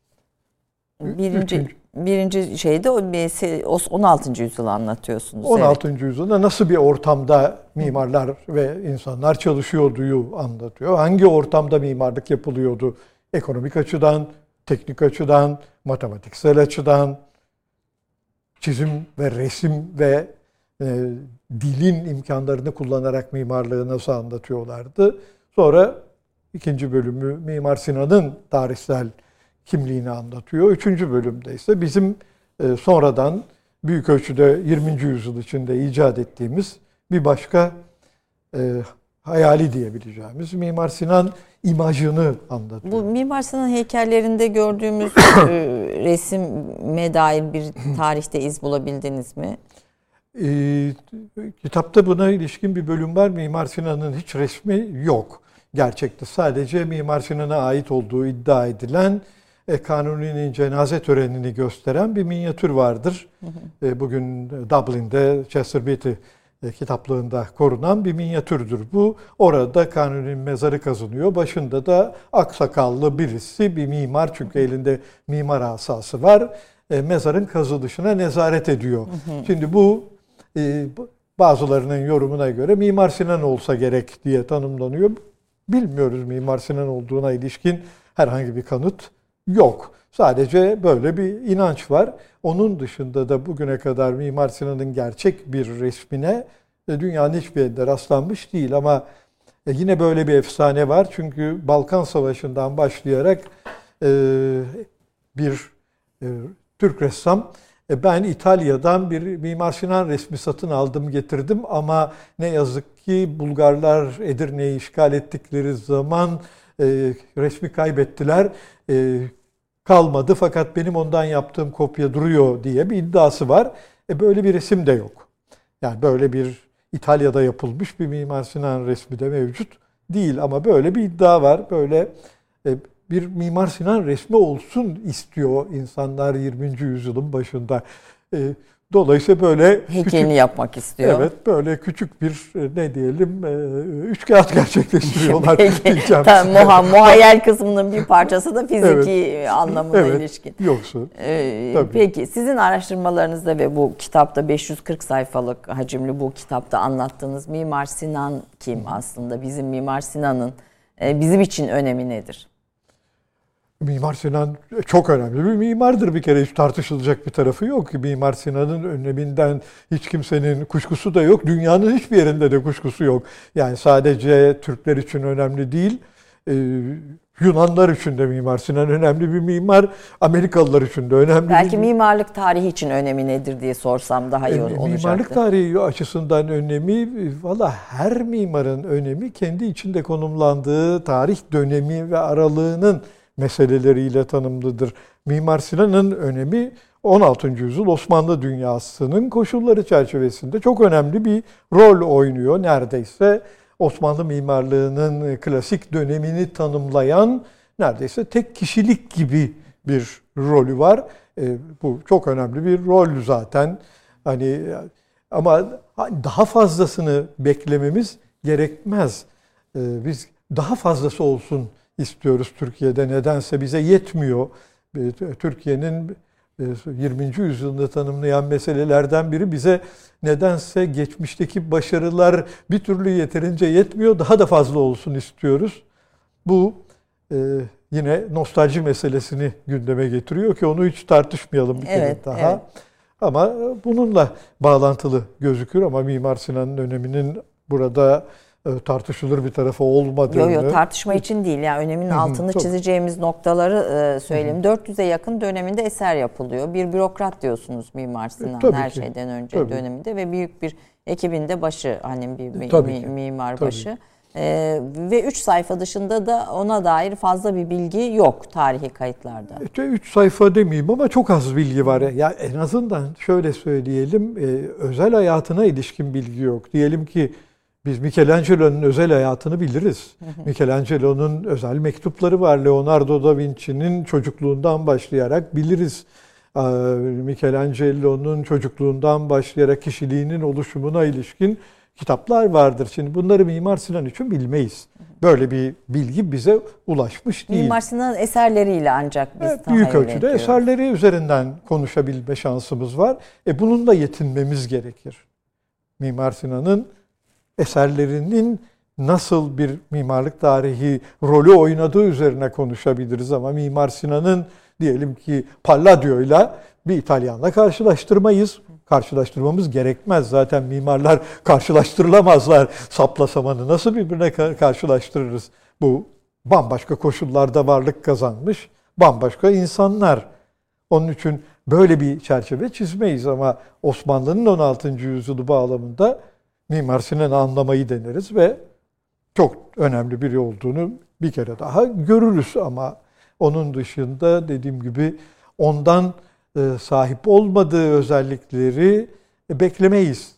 Birinci şeyde 16. yüzyılı anlatıyorsunuz. 16. yüzyılda nasıl bir ortamda mimarlar ve insanlar çalışıyorduyu anlatıyor. Hangi ortamda mimarlık yapılıyordu? Ekonomik açıdan, teknik açıdan, matematiksel açıdan, çizim ve resim ve dilin imkanlarını kullanarak mimarlığı nasıl anlatıyorlardı. Sonra ikinci bölümü Mimar Sinan'ın tarihsel kimliğini anlatıyor. Üçüncü bölümde ise bizim sonradan büyük ölçüde 20. yüzyıl içinde icat ettiğimiz bir başka hayali diyebileceğimiz Mimar Sinan imajını anlatıyor. Bu Mimar Sinan heykellerinde gördüğümüz resime dair bir tarihte iz bulabildiniz mi? Kitapta buna ilişkin bir bölüm var. Mimar Sinan'ın hiç resmi yok. Gerçekte sadece Mimar Sinan'a ait olduğu iddia edilen Kanuni'nin cenaze törenini gösteren bir minyatür vardır. Bugün Dublin'de Chester Beatty kitaplığında korunan bir minyatürdür bu. Orada Kanuni'nin mezarı kazınıyor. Başında da aksakallı birisi, bir mimar, çünkü elinde mimar asası var. Mezarın kazılışına nezaret ediyor. Şimdi bu bazılarının yorumuna göre Mimar Sinan olsa gerek diye tanımlanıyor. Bilmiyoruz, Mimar Sinan olduğuna ilişkin herhangi bir kanıt yok. Sadece böyle bir inanç var. Onun dışında da bugüne kadar Mimar Sinan'ın gerçek bir resmine dünyanın hiçbir yerinde rastlanmış değil. Ama yine böyle bir efsane var. Çünkü Balkan Savaşı'ndan başlayarak bir Türk ressam, ben İtalya'dan bir Mimar Sinan resmi satın aldım, getirdim ama ne yazık ki Bulgarlar Edirne'yi işgal ettikleri zaman resmi kaybettiler. Kalmadı, fakat benim ondan yaptığım kopya duruyor diye bir iddiası var. Böyle bir resim de yok. Yani böyle bir İtalya'da yapılmış bir Mimar Sinan resmi de mevcut değil, ama böyle bir iddia var. Böyle bir Mimar Sinan resmi olsun istiyor insanlar 20. yüzyılın başında. Dolayısıyla böyle heykelini yapmak istiyor. Evet, böyle küçük bir ne diyelim üçkağıt gerçekleştiriyorlar. Muhayyel kısmının bir parçası da fiziki anlamına ilişkin. Yoksa. Peki sizin araştırmalarınızda ve bu kitapta 540 sayfalık hacimli bu kitapta anlattığınız Mimar Sinan kim aslında? Bizim Mimar Sinan'ın bizim için önemi nedir? Mimar Sinan çok önemli bir mimardır bir kere, hiç tartışılacak bir tarafı yok ki. Mimar Sinan'ın öneminden hiç kimsenin kuşkusu da yok. Dünyanın hiçbir yerinde de kuşkusu yok. Yani sadece Türkler için önemli değil, Yunanlar için de Mimar Sinan önemli bir mimar, Amerikalılar için de önemli. Belki mimarlık tarihi için önemi nedir diye sorsam daha iyi olacaktı. Mimarlık tarihi açısından önemi, valla her mimarın önemi kendi içinde konumlandığı tarih dönemi ve aralığının meseleleriyle tanımlıdır. Mimar Sinan'ın önemi 16. yüzyıl Osmanlı dünyasının koşulları çerçevesinde çok önemli bir rol oynuyor. Neredeyse Osmanlı mimarlığının klasik dönemini tanımlayan neredeyse tek kişilik gibi bir rolü var. Bu çok önemli bir rol zaten. Ama daha fazlasını beklememiz gerekmez. Biz daha fazlası olsun istiyoruz Türkiye'de. Nedense bize yetmiyor. Türkiye'nin 20. yüzyılda tanımlayan meselelerden biri bize nedense geçmişteki başarılar bir türlü yeterince yetmiyor. Daha da fazla olsun istiyoruz. Bu yine nostalji meselesini gündeme getiriyor ki onu hiç tartışmayalım bir kere daha. Evet. Ama bununla bağlantılı gözükür, ama Mimar Sinan'ın öneminin burada tartışılır bir tarafı olmadığını... Yok tartışma için değil. Yani öneminin altını çizeceğimiz noktaları söyleyeyim. 400'e yakın döneminde eser yapılıyor. Bir bürokrat diyorsunuz Mimar Sinan her şeyden önce döneminde ve büyük bir ekibin de başı, hani bir mimar başı. Ve 3 sayfa dışında da ona dair fazla bir bilgi yok tarihi kayıtlarda. 3 sayfa demeyeyim ama çok az bilgi var. Ya en azından şöyle söyleyelim, özel hayatına ilişkin bilgi yok. Diyelim ki biz Michelangelo'nun özel hayatını biliriz. Michelangelo'nun özel mektupları var. Leonardo da Vinci'nin çocukluğundan başlayarak biliriz. Michelangelo'nun çocukluğundan başlayarak kişiliğinin oluşumuna ilişkin kitaplar vardır. Şimdi bunları Mimar Sinan için bilmeyiz. Böyle bir bilgi bize ulaşmış değil. Mimar Sinan'ın eserleriyle ancak biz büyük ölçüde eserleri üzerinden konuşabilme şansımız var. Bununla yetinmemiz gerekir. Mimar Sinan'ın eserlerinin nasıl bir mimarlık tarihi rolü oynadığı üzerine konuşabiliriz, ama Mimar Sinan'ın diyelim ki Palladio'yla bir İtalyanla karşılaştırmayız. karşılaştırmamız gerekmez. Zaten mimarlar karşılaştırılamazlar. Sapla samanı nasıl birbirine karşılaştırırız? Bu bambaşka koşullarda varlık kazanmış bambaşka insanlar. Onun için böyle bir çerçeve çizmeyiz ama Osmanlı'nın 16. yüzyılı bağlamında Mimar Sinan'ı anlamayı deneriz ve çok önemli biri olduğunu bir kere daha görürüz ama onun dışında dediğim gibi ondan sahip olmadığı özellikleri beklemeyiz.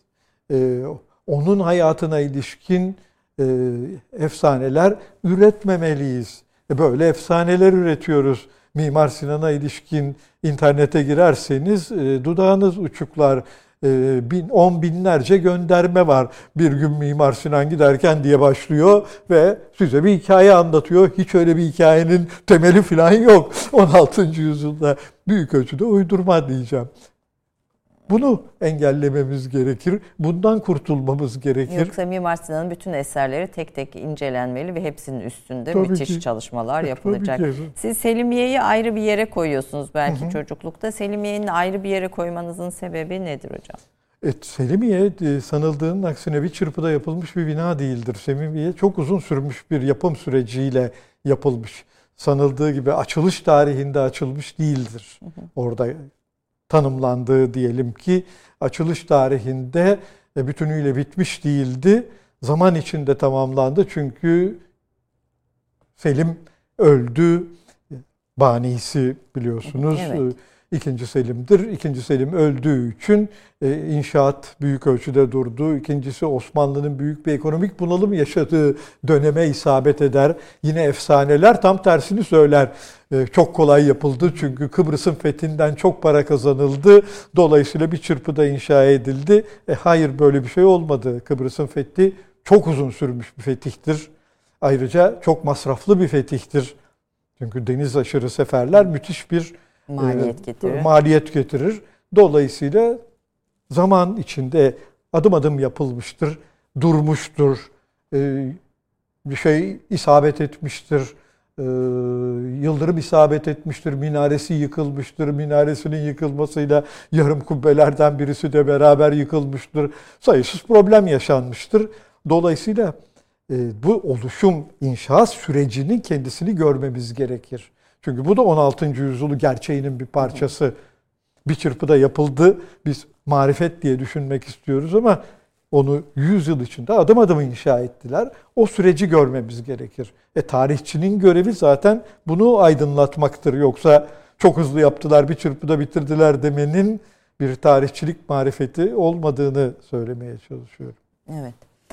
Onun hayatına ilişkin efsaneler üretmemeliyiz. Böyle efsaneler üretiyoruz. Mimar Sinan'a ilişkin internete girerseniz dudağınız uçuklar. 10 binlerce gönderme var. Bir gün Mimar Sinan giderken diye başlıyor ve size bir hikaye anlatıyor. Hiç öyle bir hikayenin temeli falan yok. 16. yüzyılda büyük ölçüde uydurma diyeceğim. Bunu engellememiz gerekir. Bundan kurtulmamız gerekir. Yoksa Mimar Sinan'ın bütün eserleri tek tek incelenmeli ve hepsinin üstünde tabii müthiş ki çalışmalar yapılacak. Tabii ki. Siz Selimiye'yi ayrı bir yere koyuyorsunuz belki çocuklukta. Selimiye'nin ayrı bir yere koymanızın sebebi nedir hocam? Selimiye sanıldığının aksine bir çırpıda yapılmış bir bina değildir. Selimiye çok uzun sürmüş bir yapım süreciyle yapılmış. Sanıldığı gibi açılış tarihinde açılmış değildir. Orada tanımlandığı diyelim ki açılış tarihinde bütünüyle bitmiş değildi. Zaman içinde tamamlandı çünkü Selim öldü. Banisi biliyorsunuz. Evet. 2. Selim'dir. 2. Selim öldüğü için inşaat büyük ölçüde durdu. İkincisi Osmanlı'nın büyük bir ekonomik bunalım yaşadığı döneme isabet eder. Yine efsaneler tam tersini söyler. Çok kolay yapıldı çünkü Kıbrıs'ın fethinden çok para kazanıldı. Dolayısıyla bir çırpıda inşa edildi. Hayır böyle bir şey olmadı. Kıbrıs'ın fethi çok uzun sürmüş bir fetihtir. Ayrıca çok masraflı bir fetihtir. Çünkü deniz aşırı seferler müthiş bir maliyet getirir. Dolayısıyla zaman içinde adım adım yapılmıştır, durmuştur, bir şey isabet etmiştir, yıldırım isabet etmiştir, minaresi yıkılmıştır, minaresinin yıkılmasıyla yarım kubbelerden birisi de beraber yıkılmıştır, sayısız problem yaşanmıştır. Dolayısıyla bu oluşum, inşaat sürecinin kendisini görmemiz gerekir. Çünkü bu da 16. yüzyılı gerçeğinin bir parçası. Bir çırpıda yapıldı. Biz marifet diye düşünmek istiyoruz ama onu 100 yıl içinde adım adım inşa ettiler. O süreci görmemiz gerekir. Tarihçinin görevi zaten bunu aydınlatmaktır. Yoksa çok hızlı yaptılar, bir çırpıda bitirdiler demenin bir tarihçilik marifeti olmadığını söylemeye çalışıyorum. Evet.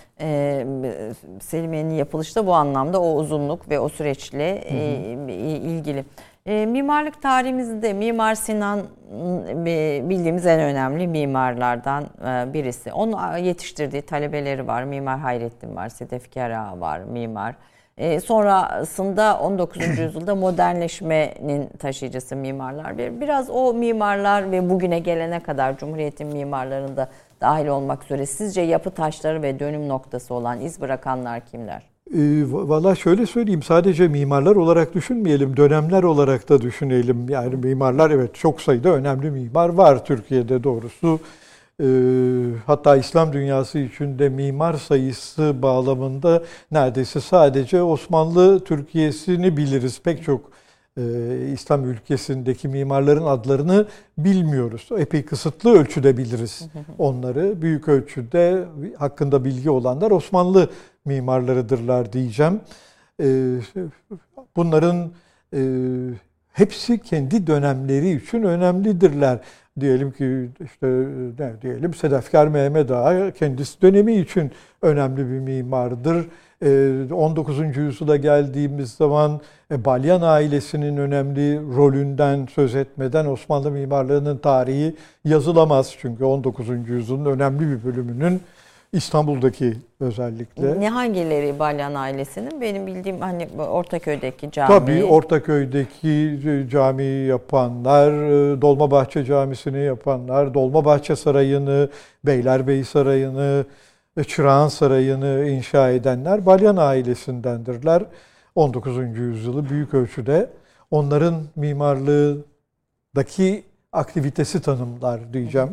Selimiye'nin yapılışı da bu anlamda o uzunluk ve o süreçle ilgili. Mimarlık tarihimizde Mimar Sinan bildiğimiz en önemli mimarlardan birisi. Onun yetiştirdiği talebeleri var. Mimar Hayrettin var, Sedef Kara var, mimar. Sonrasında 19. yüzyılda modernleşmenin taşıyıcısı mimarlar. Biraz o mimarlar ve bugüne gelene kadar Cumhuriyet'in mimarlarında dahil olmak üzere sizce yapı taşları ve dönüm noktası olan iz bırakanlar kimler? Valla şöyle söyleyeyim, sadece mimarlar olarak düşünmeyelim, dönemler olarak da düşünelim. Yani mimarlar, evet, çok sayıda önemli mimar var Türkiye'de doğrusu. Hatta İslam dünyası içinde mimar sayısı bağlamında neredeyse sadece Osmanlı Türkiye'sini biliriz. Pek çok İslam ülkesindeki mimarların adlarını bilmiyoruz. Epey kısıtlı ölçüde biliriz onları. Büyük ölçüde hakkında bilgi olanlar Osmanlı mimarlarıdırlar diyeceğim. Bunların hepsi kendi dönemleri için önemlidirler. Diyelim ki Sedefkar Mehmet Ağa kendisi dönemi için önemli bir mimardır. 19. yüzyıla geldiğimiz zaman Balyan ailesinin önemli rolünden söz etmeden Osmanlı mimarlığının tarihi yazılamaz. Çünkü 19. yüzyılın önemli bir bölümünün İstanbul'daki özellikle. Ne hangileri Balyan ailesinin? Benim bildiğim hani Ortaköy'deki cami. Tabii Ortaköy'deki camiyi yapanlar, Dolmabahçe Camisi'ni yapanlar, Dolmabahçe Sarayı'nı, Beylerbeyi Sarayı'nı, Çırağan Sarayı'nı inşa edenler Balyan ailesindendirler. 19. yüzyılı büyük ölçüde onların mimarlığındaki aktivitesi tanımlar diyeceğim.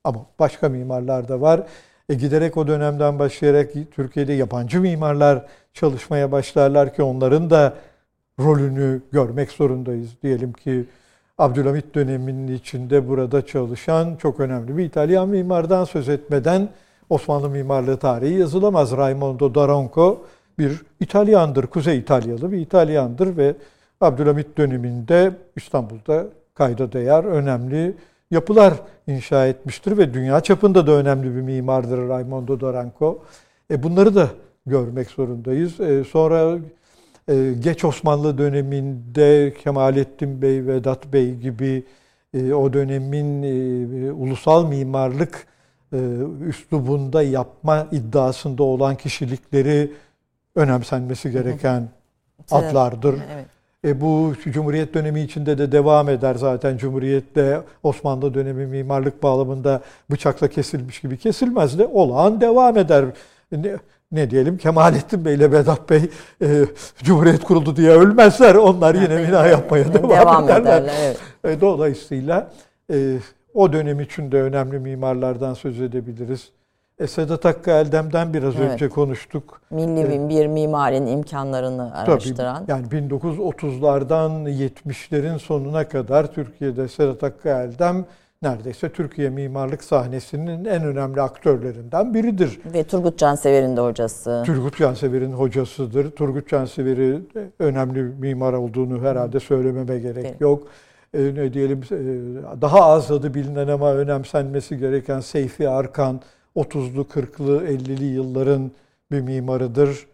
Ama başka mimarlar da var. Giderek o dönemden başlayarak Türkiye'de yabancı mimarlar çalışmaya başlarlar ki onların da rolünü görmek zorundayız. Diyelim ki Abdülhamit döneminin içinde burada çalışan çok önemli bir İtalyan mimardan söz etmeden Osmanlı mimarlığı tarihi yazılamaz. Raimondo Daronco bir İtalyandır, Kuzey İtalyalı bir İtalyandır ve Abdülhamit döneminde İstanbul'da kayda değer önemli yapılar inşa etmiştir ve dünya çapında da önemli bir mimardır Raimondo Daronco. Bunları da görmek zorundayız. Sonra geç Osmanlı döneminde Kemalettin Bey, Vedat Bey gibi o dönemin ulusal mimarlık üslubunda yapma iddiasında olan kişilikleri önemsenmesi gereken adlardır. Evet. Bu Cumhuriyet dönemi içinde de devam eder zaten. Cumhuriyet'te Osmanlı dönemi mimarlık bağlamında bıçakla kesilmiş gibi kesilmez de olağan devam eder. Ne diyelim, Kemalettin Bey ile Vedat Bey Cumhuriyet kuruldu diye ölmezler. Onlar yine bina yapmaya devam ederler. Evet. Dolayısıyla o dönem için de önemli mimarlardan söz edebiliriz. Sedat Hakkı Eldem'den biraz önce konuştuk. Milli bir mimarın imkanlarını araştıran. Tabii, yani 1930'lardan 70'lerin sonuna kadar Türkiye'de Sedat Hakkı Eldem neredeyse Türkiye mimarlık sahnesinin en önemli aktörlerinden biridir. Ve Turgut Cansever'in de hocası. Turgut Cansever'in hocasıdır. Turgut Cansever'i önemli mimar olduğunu herhalde söylememe gerek yok. Ne diyelim, daha az adı bilinen ama önemsenmesi gereken Seyfi Arkan, 30'lu, 40'lı, 50'li yılların bir mimarıdır.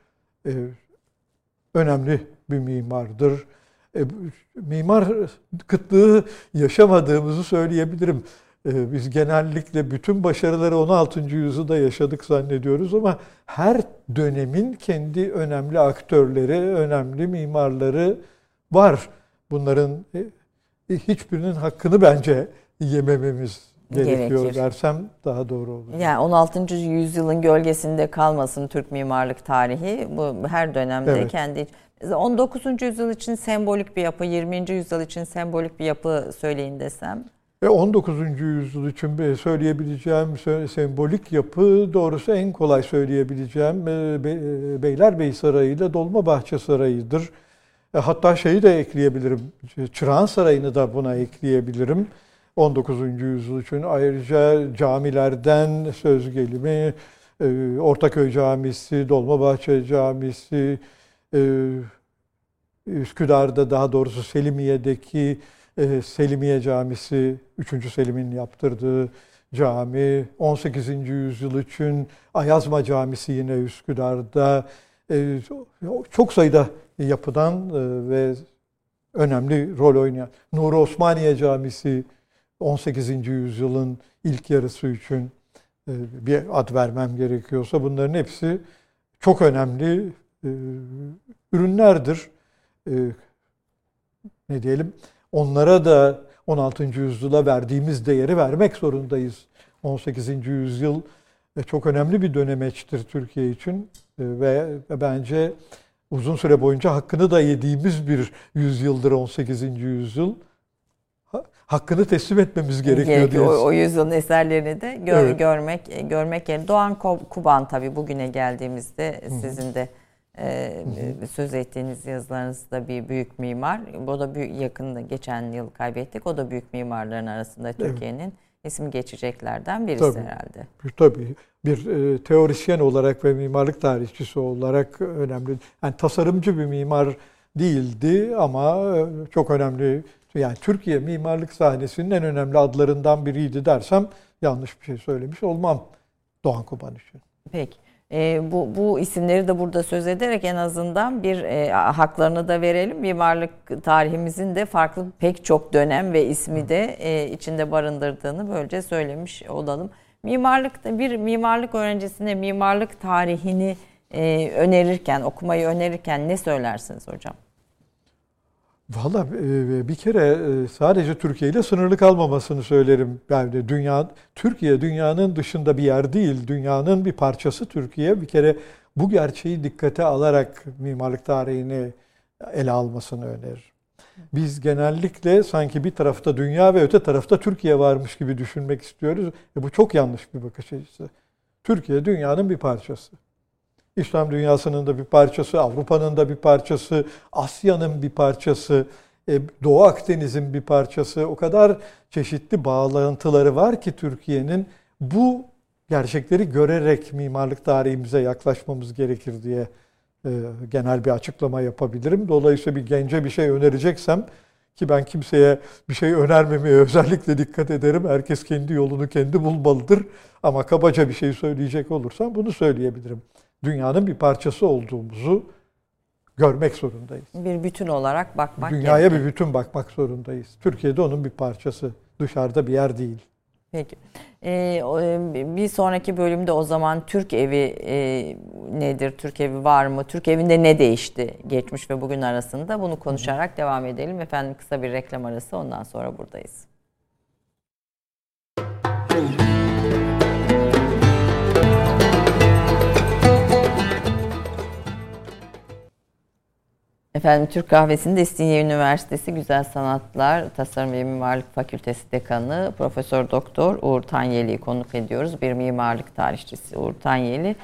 Önemli bir mimardır. Mimar kıtlığı yaşamadığımızı söyleyebilirim. Biz genellikle bütün başarıları 16. yüzyılda yaşadık zannediyoruz ama her dönemin kendi önemli aktörleri, önemli mimarları var. Bunların hiçbirinin hakkını bence yemememiz gerekiyor dersem daha doğru olur. Yani 16. yüzyılın gölgesinde kalmasın Türk mimarlık tarihi. Bu her dönemde kendi... 19. yüzyıl için sembolik bir yapı, 20. yüzyıl için sembolik bir yapı söyleyin desem. 19. yüzyıl için söyleyebileceğim sembolik yapı, doğrusu en kolay söyleyebileceğim Beylerbeyi Sarayı ile Dolmabahçe Sarayı'dır. Hatta şeyi de ekleyebilirim, Çırağan Sarayı'nı da buna ekleyebilirim. 19. yüzyıl için ayrıca camilerden söz gelimi, Ortaköy Camisi, Dolmabahçe Camisi, Üsküdar'da, daha doğrusu Selimiye'deki Selimiye Camisi, 3. Selim'in yaptırdığı cami, 18. yüzyıl için Ayazma Camisi yine Üsküdar'da, çok sayıda yapıdan ve önemli rol oynayan Nuri Osmaniye Camisi, 18. yüzyılın ilk yarısı için bir ad vermem gerekiyorsa bunların hepsi çok önemli ürünlerdir. Ne diyelim, onlara da 16. yüzyıla verdiğimiz değeri vermek zorundayız. 18. yüzyıl çok önemli bir dönemeçtir Türkiye için ve bence uzun süre boyunca hakkını da yediğimiz bir yüzyıldır 18. yüzyıl. Hakkını teslim etmemiz gerekiyor. O yüzyılın eserlerini de görmek gerekiyor. Doğan Kuban tabii bugüne geldiğimizde sizin de söz ettiğiniz yazılarınızda bir büyük mimar. O da yakın geçen yıl kaybettik. O da büyük mimarların arasında Türkiye'nin ismi geçeceklerden birisi herhalde. Tabii. Bir teorisyen olarak ve mimarlık tarihçisi olarak önemli. Yani tasarımcı bir mimar değildi ama çok önemli. Yani Türkiye mimarlık sahnesinin en önemli adlarından biriydi dersem yanlış bir şey söylemiş olmam Doğan Kuban için. Peki. Bu isimleri de burada söz ederek en azından bir haklarını da verelim. Mimarlık tarihimizin de farklı pek çok dönem ve ismi de içinde barındırdığını böylece söylemiş olalım. Bir mimarlık öğrencisine mimarlık tarihini okumayı önerirken ne söylersiniz hocam? Valla bir kere sadece Türkiye ile sınırlı kalmamasını söylerim. Yani Türkiye dünyanın dışında bir yer değil. Dünyanın bir parçası Türkiye. Bir kere bu gerçeği dikkate alarak mimarlık tarihini ele almasını öneririm. Biz genellikle sanki bir tarafta dünya ve öte tarafta Türkiye varmış gibi düşünmek istiyoruz. Bu çok yanlış bir bakış açısı. Türkiye dünyanın bir parçası. İslam dünyasının da bir parçası, Avrupa'nın da bir parçası, Asya'nın bir parçası, Doğu Akdeniz'in bir parçası. O kadar çeşitli bağlantıları var ki Türkiye'nin, bu gerçekleri görerek mimarlık tarihimize yaklaşmamız gerekir diye genel bir açıklama yapabilirim. Dolayısıyla bir gence bir şey önereceksem, ki ben kimseye bir şey önermemeye özellikle dikkat ederim. Herkes kendi yolunu kendi bulmalıdır. Ama kabaca bir şey söyleyecek olursam bunu söyleyebilirim. Dünyanın bir parçası olduğumuzu görmek zorundayız. Bir bütün olarak bakmak Dünyaya gerekir. Bir bütün bakmak zorundayız. Türkiye'de onun bir parçası. Dışarıda bir yer değil. Peki. Bir sonraki bölümde o zaman Türk evi nedir? Türk evi var mı? Türk evinde ne değişti geçmiş ve bugün arasında? Bunu konuşarak devam edelim. Efendim, kısa bir reklam arası, ondan sonra buradayız. Efendim, Türk Kahvesi'nde İstinye Üniversitesi Güzel Sanatlar Tasarım ve Mimarlık Fakültesi Dekanı Profesör Doktor Uğur Tanyeli'yi konuk ediyoruz. Bir mimarlık tarihçisi Uğur Tanyeli.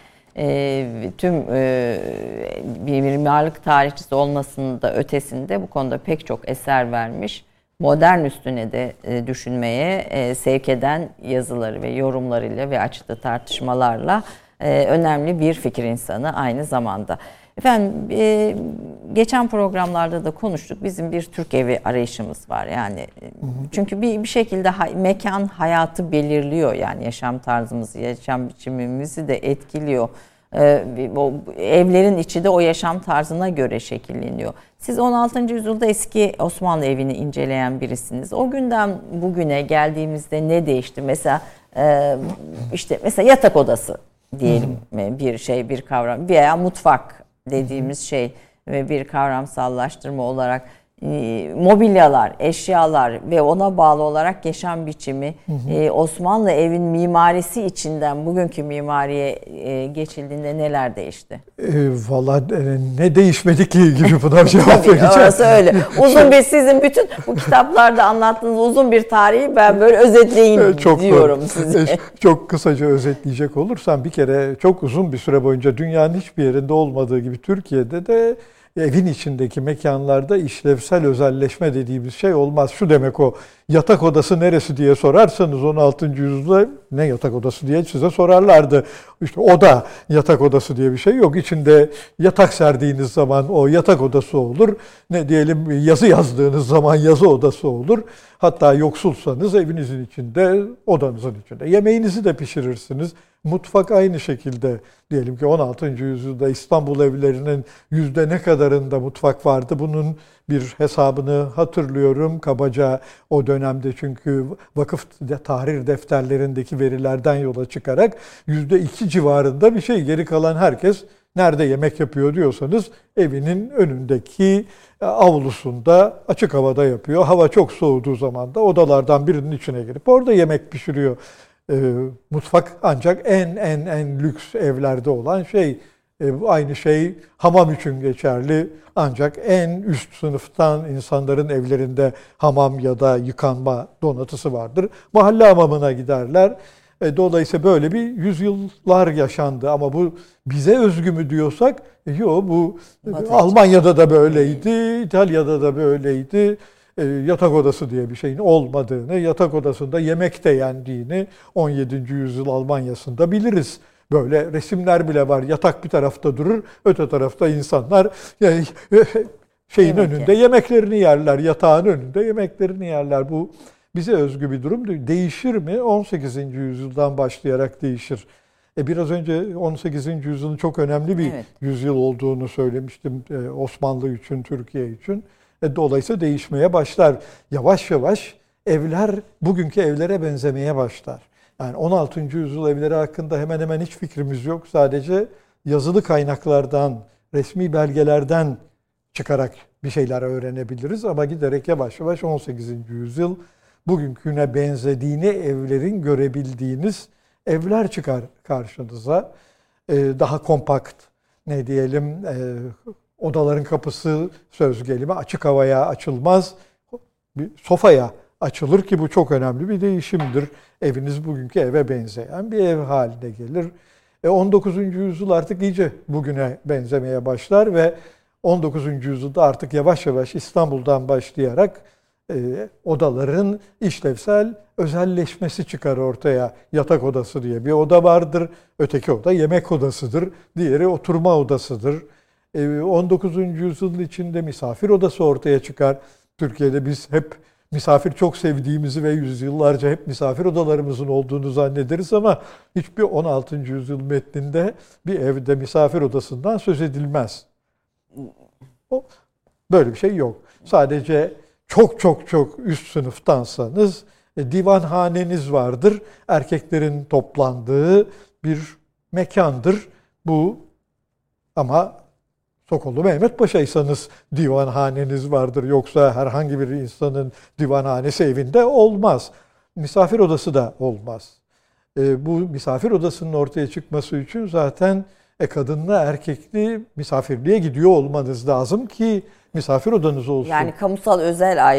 Bir mimarlık tarihçisi olmasının da ötesinde bu konuda pek çok eser vermiş. Modern üstüne de düşünmeye sevk eden yazıları ve yorumlarıyla ve açtığı tartışmalarla önemli bir fikir insanı aynı zamanda. Efendim, geçen programlarda da konuştuk. Bizim bir Türk evi arayışımız var. Yani çünkü bir şekilde mekan hayatı belirliyor. Yani yaşam tarzımızı, yaşam biçimimizi de etkiliyor. O evlerin içi de o yaşam tarzına göre şekilleniyor. Siz 16. yüzyılda eski Osmanlı evini inceleyen birisiniz. O günden bugüne geldiğimizde ne değişti? Mesela mesela yatak odası diyelim, bir kavram, veya mutfak dediğimiz şey ve bir kavramsallaştırma olarak mobilyalar, eşyalar ve ona bağlı olarak yaşam biçimi, Osmanlı evin mimarisi içinden bugünkü mimariye geçildiğinde neler değişti? Vallahi ne değişmedi ki gibi buna cevap vereceğim. Orası öyle. Uzun bir, sizin bütün bu kitaplarda anlattığınız uzun bir tarihi ben böyle özetleyin diyorum size. Çok kısaca özetleyecek olursam, bir kere çok uzun bir süre boyunca dünyanın hiçbir yerinde olmadığı gibi Türkiye'de de evin içindeki mekanlarda işlevsel özelleşme dediğimiz şey olmaz. Şu demek o, yatak odası neresi diye sorarsanız 16. yüzyılda ne yatak odası diye size sorarlardı. İşte oda, yatak odası diye bir şey yok. İçinde yatak serdiğiniz zaman o yatak odası olur. Ne diyelim, yazı yazdığınız zaman yazı odası olur. Hatta yoksulsanız evinizin içinde, odanızın içinde yemeğinizi de pişirirsiniz. Mutfak aynı şekilde. Diyelim ki 16. yüzyılda İstanbul evlerinin yüzde ne kadarında mutfak vardı? Bunun bir hesabını hatırlıyorum kabaca o dönemde, çünkü vakıf tahrir defterlerindeki verilerden yola çıkarak %2 civarında bir şey. Geri kalan herkes nerede yemek yapıyor diyorsanız evinin önündeki avlusunda açık havada yapıyor. Hava çok soğuduğu zaman da odalardan birinin içine girip orada yemek pişiriyor. Mutfak ancak en lüks evlerde olan şey. Aynı şey hamam için geçerli. Ancak en üst sınıftan insanların evlerinde hamam ya da yıkanma donatısı vardır. Mahalle hamamına giderler. Dolayısıyla böyle bir yüzyıllar yaşandı. Ama bu bize özgü mü diyorsak, yok, bu Almanya'da da böyleydi, İtalya'da da böyleydi. Yatak odası diye bir şeyin olmadığını, yatak odasında yemek de yendiğini 17. yüzyıl Almanya'sında biliriz. Böyle resimler bile var. Yatak bir tarafta durur, öte tarafta insanlar önünde yemeklerini yerler. Yatağın önünde yemeklerini yerler. Bu bize özgü bir durum. Değişir mi? 18. yüzyıldan başlayarak değişir. Biraz önce 18. yüzyılın çok önemli bir yüzyıl olduğunu söylemiştim Osmanlı için, Türkiye için. Dolayısıyla değişmeye başlar. Yavaş yavaş evler bugünkü evlere benzemeye başlar. Yani 16. yüzyıl evleri hakkında hemen hemen hiç fikrimiz yok. Sadece yazılı kaynaklardan, resmi belgelerden çıkarak bir şeyler öğrenebiliriz. Ama giderek yavaş yavaş 18. yüzyıl bugünküne benzediğini evlerin görebildiğiniz evler çıkar karşınıza. Daha kompakt, ne diyelim, odaların kapısı söz gelimi açık havaya açılmaz. Bir sofaya açılır ki bu çok önemli bir değişimdir. Eviniz bugünkü eve benzeyen bir ev haline gelir. 19. yüzyıl artık iyice bugüne benzemeye başlar ve 19. yüzyılda artık yavaş yavaş İstanbul'dan başlayarak odaların işlevsel özelleşmesi çıkar ortaya. Yatak odası diye bir oda vardır. Öteki oda yemek odasıdır. Diğeri oturma odasıdır. 19. yüzyılın içinde misafir odası ortaya çıkar. Türkiye'de biz hep misafir çok sevdiğimizi ve yüzyıllarca hep misafir odalarımızın olduğunu zannederiz ama hiçbir 16. yüzyıl metninde bir evde misafir odasından söz edilmez. Böyle bir şey yok. Sadece çok üst sınıftansanız divanhaneniz vardır. Erkeklerin toplandığı bir mekandır. Bu ama Sokollu Mehmet Paşa'ysanız divanhaneniz vardır. Yoksa herhangi bir insanın divanhanesi evinde olmaz. Misafir odası da olmaz. Bu misafir odasının ortaya çıkması için zaten kadınla erkekli misafirliğe gidiyor olmanız lazım ki misafir odanız olsun. Yani kamusal özel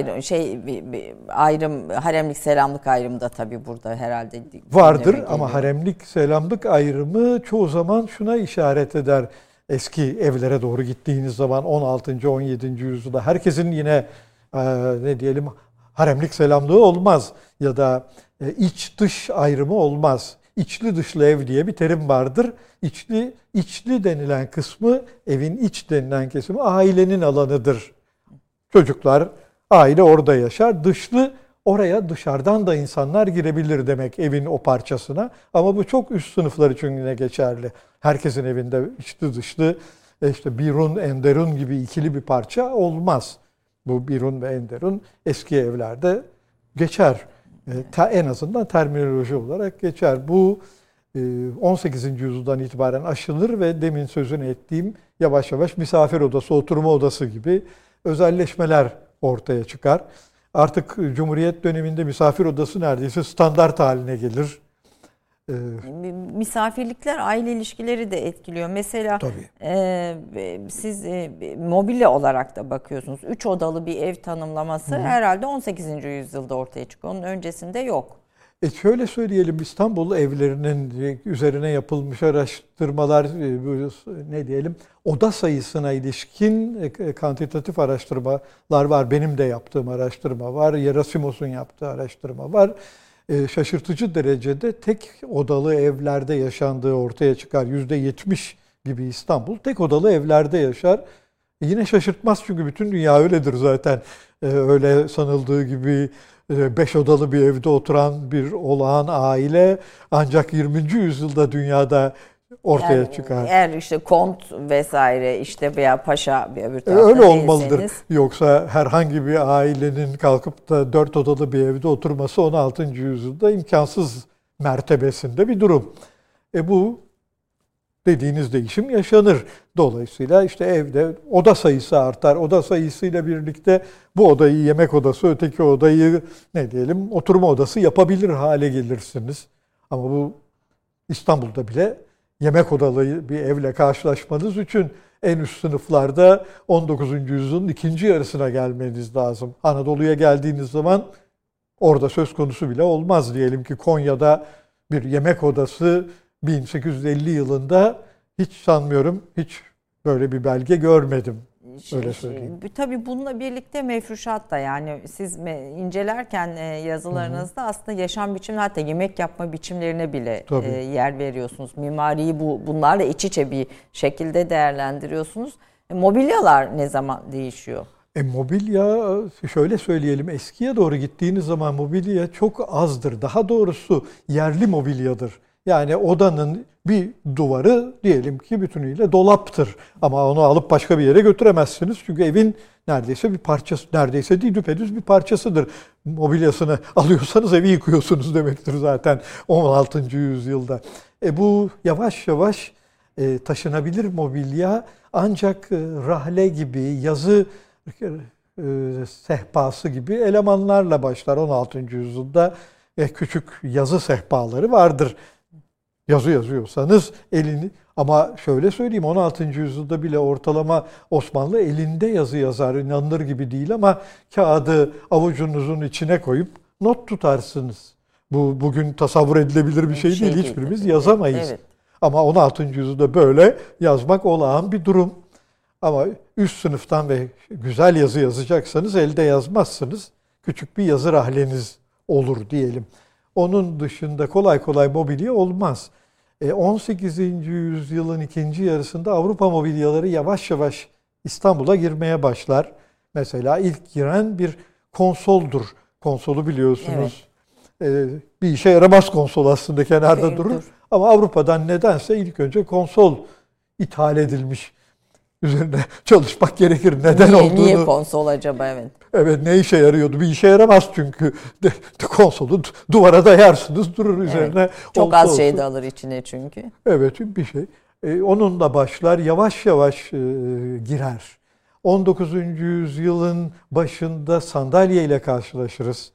ayrım, haremlik selamlık ayrımı da tabii burada herhalde vardır ama haremlik selamlık ayrımı çoğu zaman şuna işaret eder. Eski evlere doğru gittiğiniz zaman 16. 17. yüzyılda herkesin yine ne diyelim haremlik selamlığı olmaz ya da iç dış ayrımı olmaz. İçli dışlı ev diye bir terim vardır. İçli denilen kısmı, evin iç denilen kesimi ailenin alanıdır. Çocuklar, aile orada yaşar. Dışlı, oraya dışarıdan da insanlar girebilir demek evin o parçasına. Ama bu çok üst sınıflar için yine geçerli. Herkesin evinde içli dışlı, işte birun, enderun gibi ikili bir parça olmaz. Bu birun ve enderun eski evlerde geçer. En azından terminoloji olarak geçer. Bu 18. yüzyıldan itibaren aşılır ve demin sözünü ettiğim yavaş yavaş misafir odası, oturma odası gibi özelleşmeler ortaya çıkar. Artık Cumhuriyet döneminde misafir odası neredeyse standart haline gelir. Misafirlikler aile ilişkileri de etkiliyor. Mesela siz mobilya olarak da bakıyorsunuz. 3 odalı bir ev tanımlaması herhalde 18. yüzyılda ortaya çıkıyor. Onun öncesinde yok. Şöyle söyleyelim, İstanbul evlerinin üzerine yapılmış araştırmalar, ne diyelim, oda sayısına ilişkin kantitatif araştırmalar var. Benim de yaptığım araştırma var. Yerasimos'un yaptığı araştırma var. Şaşırtıcı derecede tek odalı evlerde yaşandığı ortaya çıkar. %70 gibi İstanbul tek odalı evlerde yaşar. Yine şaşırtmaz çünkü bütün dünya öyledir zaten. Öyle sanıldığı gibi 5 odalı bir evde oturan bir olağan aile ancak 20. yüzyılda dünyada ortaya çıkar. Eğer işte kont vesaire işte veya paşa bir öbür tarafta öyle olmalıdır. Yoksa herhangi bir ailenin kalkıp da 4 odalı bir evde oturması 16. yüzyılda imkansız mertebesinde bir durum. Bu dediğiniz değişim yaşanır. Dolayısıyla işte evde oda sayısı artar. Oda sayısıyla birlikte bu odayı yemek odası, öteki odayı ne diyelim oturma odası yapabilir hale gelirsiniz. Ama bu İstanbul'da bile yemek odalı bir evle karşılaşmanız için en üst sınıflarda 19. yüzyılın ikinci yarısına gelmeniz lazım. Anadolu'ya geldiğiniz zaman orada söz konusu bile olmaz. Diyelim ki Konya'da bir yemek odası 1850 yılında hiç sanmıyorum, hiç böyle bir belge görmedim. Öyle söyleyeyim. Tabii bununla birlikte mefruşat da yani siz incelerken yazılarınızda aslında yaşam biçimi hatta yemek yapma biçimlerine bile yer veriyorsunuz. Mimariyi bunlarla iç içe bir şekilde değerlendiriyorsunuz. Mobilyalar ne zaman değişiyor? Mobilya şöyle söyleyelim, eskiye doğru gittiğiniz zaman mobilya çok azdır. Daha doğrusu yerli mobilyadır. Yani odanın bir duvarı diyelim ki bütünüyle dolaptır. Ama onu alıp başka bir yere götüremezsiniz. Çünkü evin neredeyse bir parçası, neredeyse değil düpedüz bir parçasıdır. Mobilyasını alıyorsanız evi yıkıyorsunuz demektir zaten 16. yüzyılda. Bu yavaş yavaş taşınabilir mobilya ancak rahle gibi, yazı sehpası gibi elemanlarla başlar 16. yüzyılda. Küçük yazı sehpaları vardır. Yazı yazıyorsanız elini Ama şöyle söyleyeyim, 16. yüzyılda bile ortalama Osmanlı elinde yazı yazar. İnanılır gibi değil ama kağıdı avucunuzun içine koyup not tutarsınız. Bu bugün tasavvur edilebilir bir şey değil. Hiçbirimiz yazamayız. Evet. Ama 16. yüzyılda böyle yazmak olağan bir durum. Ama üst sınıftan ve güzel yazı yazacaksanız elde yazmazsınız. Küçük bir yazı rahleniz olur diyelim. Onun dışında kolay kolay mobilya olmaz. 18. yüzyılın ikinci yarısında Avrupa mobilyaları yavaş yavaş İstanbul'a girmeye başlar. Mesela ilk giren bir konsoldur. Konsolu biliyorsunuz. Evet. Bir işe yaramaz konsol aslında, kenarda durur. Ama Avrupa'dan nedense ilk önce konsol ithal edilmiş. Üzerine çalışmak gerekir. Neden olduğunu. Niye konsol acaba? Evet. Evet, ne işe yarıyordu? Bir işe yaramaz çünkü. Konsolu duvara dayarsınız, durur üzerine. Evet. Çok az şey de alır içine çünkü. Evet, bir şey. Onunla başlar, yavaş yavaş girer. 19. yüzyılın başında sandalye ile karşılaşırız.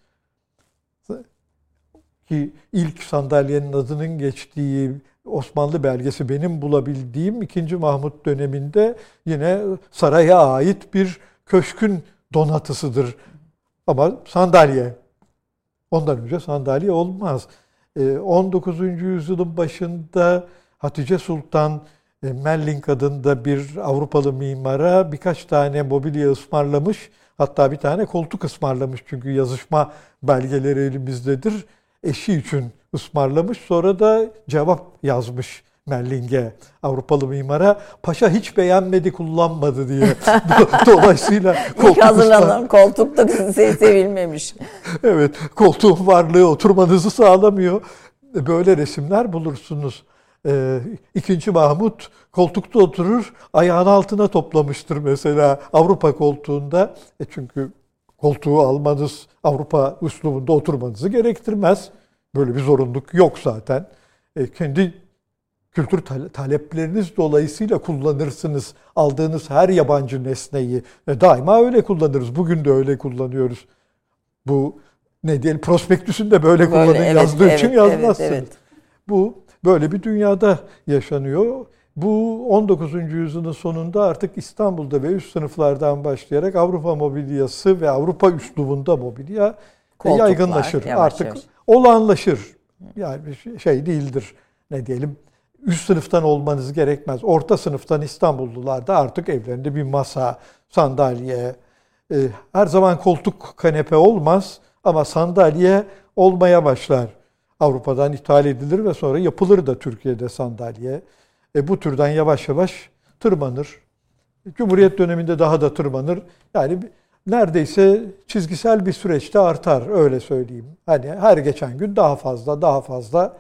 Ki ilk sandalyenin adının geçtiği Osmanlı belgesi benim bulabildiğim 2. Mahmut döneminde yine saraya ait bir köşkün donatısıdır. Ama sandalye. Ondan önce sandalye olmaz. 19. yüzyılın başında Hatice Sultan Melling adında bir Avrupalı mimara birkaç tane mobilya ısmarlamış. Hatta bir tane koltuk ısmarlamış çünkü yazışma belgeleri elimizdedir. Eşi için ısmarlamış. Sonra da cevap yazmış Melling'e, Avrupalı mimara. Paşa hiç beğenmedi, kullanmadı diye. Dolayısıyla İlk hazırlanan koltuk da sevilmemiş. Evet, koltuğun varlığı oturmanızı sağlamıyor. Böyle resimler bulursunuz. 2. Mahmut koltukta oturur, ayağın altına toplamıştır mesela Avrupa koltuğunda. Çünkü koltuğu almanız Avrupa üslubunda oturmanızı gerektirmez. Böyle bir zorunluluk yok zaten. Kendi kültür talepleriniz dolayısıyla kullanırsınız. Aldığınız her yabancı nesneyi daima öyle kullanırız. Bugün de öyle kullanıyoruz. Bu ne diyelim, prospektüsünde böyle kullanın yazdığı için yazmazsınız. Evet. Bu böyle bir dünyada yaşanıyor. Bu 19. yüzyılın sonunda artık İstanbul'da ve üst sınıflardan başlayarak Avrupa mobilyası ve Avrupa üslubunda mobilya yaygınlaşır. Artık olağanlaşır. Yani şey değildir, ne diyelim, üst sınıftan olmanız gerekmez. Orta sınıftan İstanbullular da artık evlerinde bir masa, sandalye, her zaman koltuk, kanepe olmaz ama sandalye olmaya başlar. Avrupa'dan ithal edilir ve sonra yapılır da Türkiye'de sandalye. Bu türden yavaş yavaş tırmanır. Cumhuriyet döneminde daha da tırmanır. Yani neredeyse çizgisel bir süreçte artar, öyle söyleyeyim. Hani her geçen gün daha fazla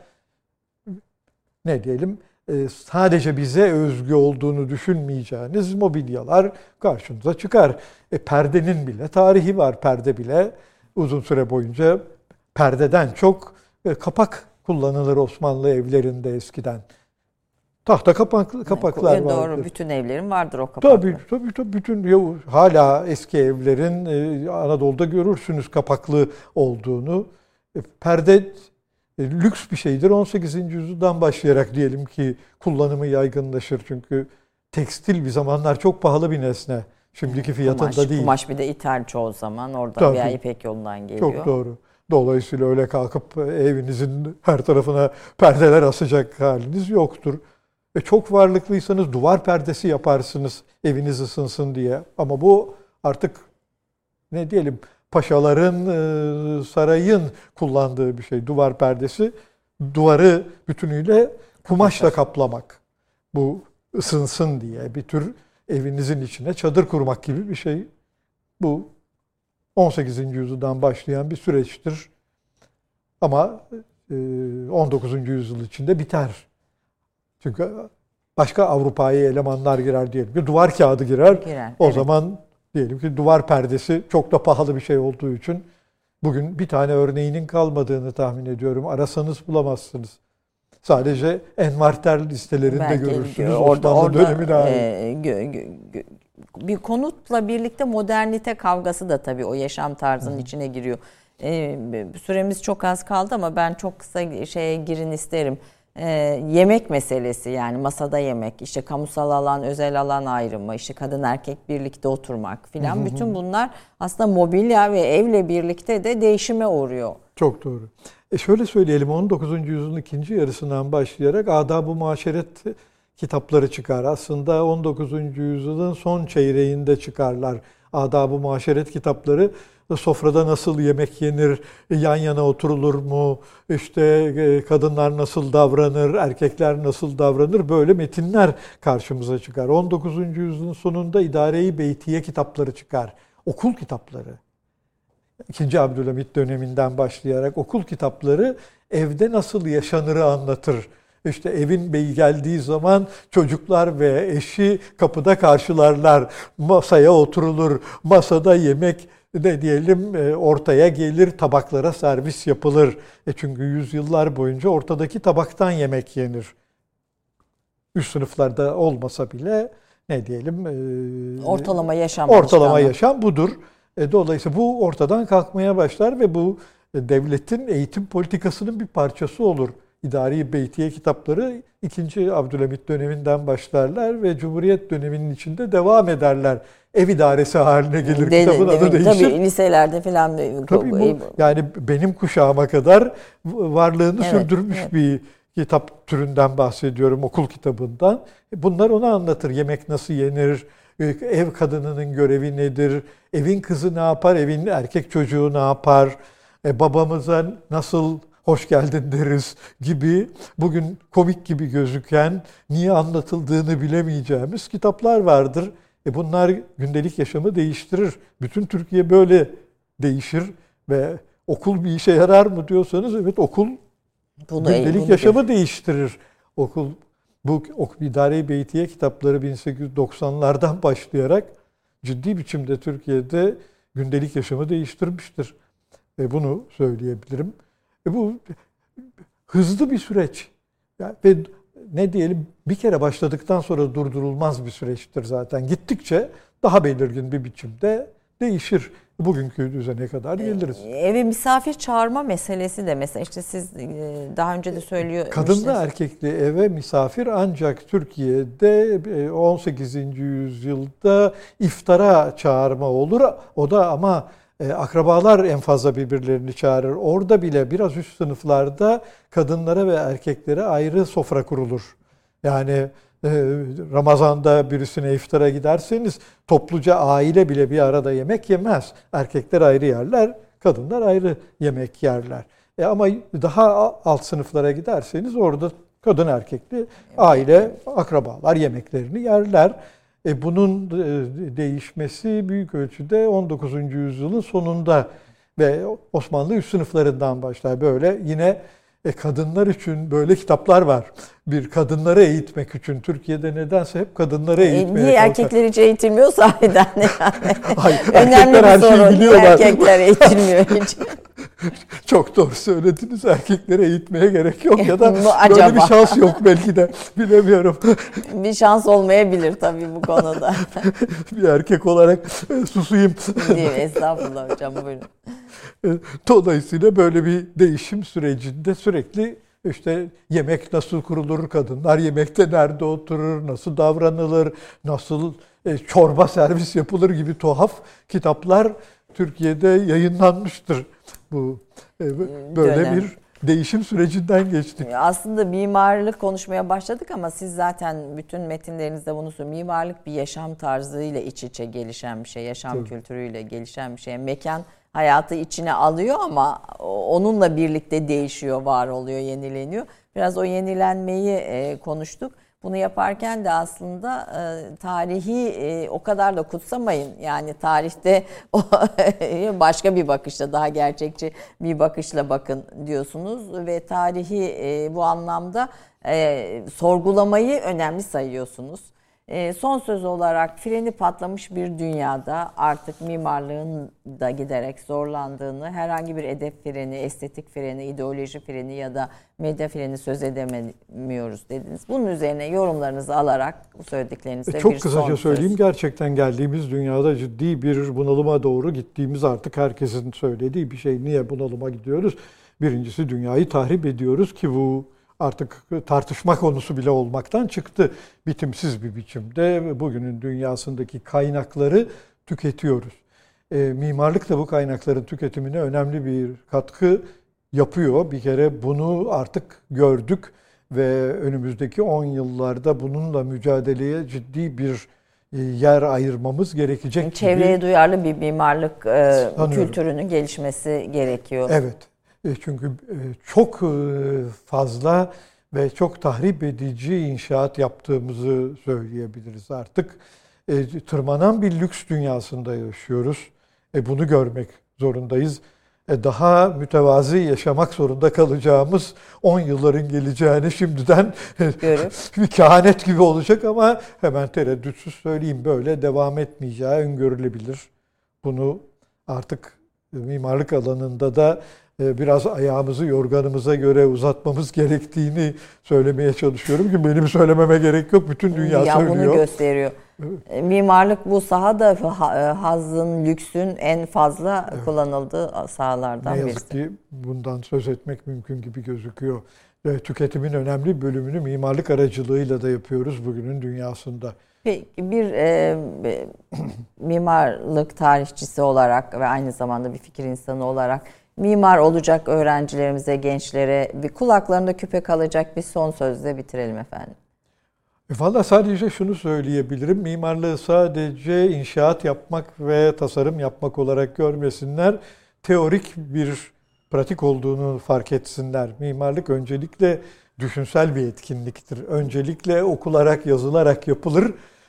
ne diyelim, sadece bize özgü olduğunu düşünmeyeceğiniz mobilyalar karşınıza çıkar. Perdenin bile tarihi var. Perde bile uzun süre boyunca perdeden çok kapak kullanılır Osmanlı evlerinde eskiden. Tahta kapaklar vardır. Doğru, bütün evlerin vardır o kapaklar. Tabii bütün hala eski evlerin Anadolu'da görürsünüz kapaklı olduğunu. Perde lüks bir şeydir. 18. yüzyıldan başlayarak diyelim ki kullanımı yaygınlaşır. Çünkü tekstil bir zamanlar çok pahalı bir nesne. Şimdiki fiyatında değil. Kumaş bir de ithal çoğu zaman. Oradan veya İpek yolundan geliyor. Çok doğru. Dolayısıyla öyle kalkıp evinizin her tarafına perdeler asacak haliniz yoktur. Çok varlıklıysanız duvar perdesi yaparsınız eviniz ısınsın diye. Ama bu artık ne diyelim, paşaların, sarayın kullandığı bir şey. Duvar perdesi, duvarı bütünüyle kumaşla kaplamak. Bu ısınsın diye bir tür evinizin içine çadır kurmak gibi bir şey. Bu 18. yüzyıldan başlayan bir süreçtir. Ama 19. yüzyıl içinde biter. Çünkü başka Avrupa'ya elemanlar girer diyelim ki duvar kağıdı girer. O zaman diyelim ki duvar perdesi çok da pahalı bir şey olduğu için bugün bir tane örneğinin kalmadığını tahmin ediyorum. Arasanız bulamazsınız. Sadece envanter listelerinde görürsünüz Osmanlı dönemine ait. Bir konutla birlikte modernite kavgası da tabii o yaşam tarzının içine giriyor. Süremiz çok az kaldı ama ben çok kısa şeye girin isterim. yemek meselesi, yani masada yemek, işte kamusal alan, özel alan ayrımı, işte kadın erkek birlikte oturmak filan, bütün bunlar aslında mobilya ve evle birlikte de değişime uğruyor. Çok doğru. Şöyle söyleyelim, 19. yüzyılın ikinci yarısından başlayarak Adab-ı Muaşeret kitapları çıkar. Aslında 19. yüzyılın son çeyreğinde çıkarlar Adab-ı Muaşeret kitapları. Sofrada nasıl yemek yenir, yan yana oturulur mu, işte kadınlar nasıl davranır, erkekler nasıl davranır, böyle metinler karşımıza çıkar. 19. yüzyılın sonunda İdare-i Beytiye kitapları çıkar, okul kitapları. II. Abdülhamit döneminden başlayarak okul kitapları evde nasıl yaşanırı anlatır. İşte evin beyi geldiği zaman çocuklar ve eşi kapıda karşılarlar, masaya oturulur, masada yemek ortaya gelir, tabaklara servis yapılır. Çünkü yüzyıllar boyunca ortadaki tabaktan yemek yenir. Üst sınıflarda olmasa bile ortalama yaşam. Ortalama yaşam budur. Dolayısıyla bu ortadan kalkmaya başlar ve bu devletin eğitim politikasının bir parçası olur. İdari Beytiye kitapları II. Abdülhamit döneminden başlarlar ve Cumhuriyet döneminin içinde devam ederler. Ev idaresi haline gelir. Kitabın adı değişir. Tabii liselerde falan. Tabii bu, yani benim kuşağıma kadar varlığını sürdürmüş bir kitap türünden bahsediyorum, okul kitabından. Bunlar onu anlatır. Yemek nasıl yenir? Ev kadınının görevi nedir? Evin kızı ne yapar? Evin erkek çocuğu ne yapar? Babamıza nasıl hoş geldin deriz gibi, bugün komik gibi gözüken, niye anlatıldığını bilemeyeceğimiz kitaplar vardır. Bunlar gündelik yaşamı değiştirir. Bütün Türkiye böyle değişir ve okul bir işe yarar mı diyorsanız, evet, okul gündelik yaşamı değiştirir. Okul, bu İdare-i Beytiye kitapları 1890'lardan başlayarak ciddi biçimde Türkiye'de gündelik yaşamı değiştirmiştir. Bunu söyleyebilirim. Bu hızlı bir süreç. Ve bir kere başladıktan sonra durdurulmaz bir süreçtir zaten. Gittikçe daha belirgin bir biçimde değişir. Bugünkü düzene kadar geliriz. Eve misafir çağırma meselesi de mesela, işte siz daha önce de söylüyorsunuz. Kadınlı erkekli eve misafir ancak Türkiye'de 18. yüzyılda iftara çağırma olur. O da ama akrabalar en fazla birbirlerini çağırır. Orada bile biraz üst sınıflarda kadınlara ve erkeklere ayrı sofra kurulur. Yani Ramazan'da birisine iftara giderseniz topluca aile bile bir arada yemek yemez. Erkekler ayrı yerler, kadınlar ayrı yemek yerler. Ama daha alt sınıflara giderseniz orada kadın erkekli aile, akrabalar yemeklerini yerler. Bunun değişmesi büyük ölçüde 19. yüzyılın sonunda ve Osmanlı üst sınıflarından başlar. Böyle yine kadınlar için böyle kitaplar var. Bir kadınları eğitmek için. Türkiye'de nedense hep kadınları eğitmeye niye erkekler hiç eğitilmiyor sahiden yani? Hayır, önemli bir soru. Niye erkekler eğitilmiyor hiç? Çok doğru söylediniz. Erkeklere eğitmeye gerek yok ya da böyle bir şans yok belki de. Bilemiyorum. Bir şans olmayabilir tabii bu konuda. Bir erkek olarak susayım. Değil, estağfurullah hocam, buyurun. Dolayısıyla böyle bir değişim sürecinde sürekli işte yemek nasıl kurulur, kadınlar yemekte nerede oturur, nasıl davranılır, nasıl çorba servis yapılır gibi tuhaf kitaplar Türkiye'de yayınlanmıştır. Bu böyle dönem. Bir değişim sürecinden geçtik. Aslında mimarlık konuşmaya başladık ama siz zaten bütün metinlerinizde bunu söylüyorsunuz. Mimarlık bir yaşam tarzıyla iç içe gelişen bir şey, yaşam kültürüyle gelişen bir şey. Mekan hayatı içine alıyor ama onunla birlikte değişiyor, var oluyor, yenileniyor. Biraz o yenilenmeyi konuştuk. Bunu yaparken de aslında tarihi o kadar da kutsamayın. Yani tarihte başka bir bakışla, daha gerçekçi bir bakışla bakın diyorsunuz. Ve tarihi bu anlamda sorgulamayı önemli sayıyorsunuz. Son söz olarak, freni patlamış bir dünyada artık mimarlığın da giderek zorlandığını, herhangi bir edep freni, estetik freni, ideoloji freni ya da medya freni söz edemiyoruz dediniz. Bunun üzerine yorumlarınızı alarak bu söylediklerinizde bir son söz. Çok kısaca söyleyeyim. Gerçekten geldiğimiz dünyada ciddi bir bunalıma doğru gittiğimiz artık herkesin söylediği bir şey. Niye bunalıma gidiyoruz? Birincisi, dünyayı tahrip ediyoruz ki bu artık tartışma konusu bile olmaktan çıktı. Bitimsiz bir biçimde bugünün dünyasındaki kaynakları tüketiyoruz. Mimarlık da bu kaynakların tüketimine önemli bir katkı yapıyor. Bir kere bunu artık gördük ve önümüzdeki 10 yıllarda bununla mücadeleye ciddi bir yer ayırmamız gerekecek. Çevreye duyarlı bir mimarlık kültürünün gelişmesi gerekiyor. Evet. Çünkü çok fazla ve çok tahrip edici inşaat yaptığımızı söyleyebiliriz artık. Tırmanan bir lüks dünyasında yaşıyoruz. Bunu görmek zorundayız. Daha mütevazi yaşamak zorunda kalacağımız 10 yılların geleceğini şimdiden bir kehanet gibi olacak ama hemen tereddütsüz söyleyeyim, böyle devam etmeyeceği öngörülebilir. Bunu artık mimarlık alanında da biraz ayağımızı yorganımıza göre uzatmamız gerektiğini söylemeye çalışıyorum ki benim söylememe gerek yok. Bütün dünya söylüyor. Bunu gösteriyor. Evet. Mimarlık bu sahada hazzın, lüksün en fazla kullanıldığı sahalardan birisi. Ne yazık ki bundan söz etmek mümkün gibi gözüküyor. Tüketimin önemli bölümünü mimarlık aracılığıyla da yapıyoruz bugünün dünyasında. Peki bir mimarlık tarihçisi olarak ve aynı zamanda bir fikir insanı olarak mimar olacak öğrencilerimize, gençlere bir kulaklarında küpe kalacak bir son sözle bitirelim efendim. Valla sadece şunu söyleyebilirim. Mimarlığı sadece inşaat yapmak ve tasarım yapmak olarak görmesinler. Teorik bir pratik olduğunu fark etsinler. Mimarlık öncelikle düşünsel bir etkinliktir. Öncelikle okularak, yazılarak yapılır.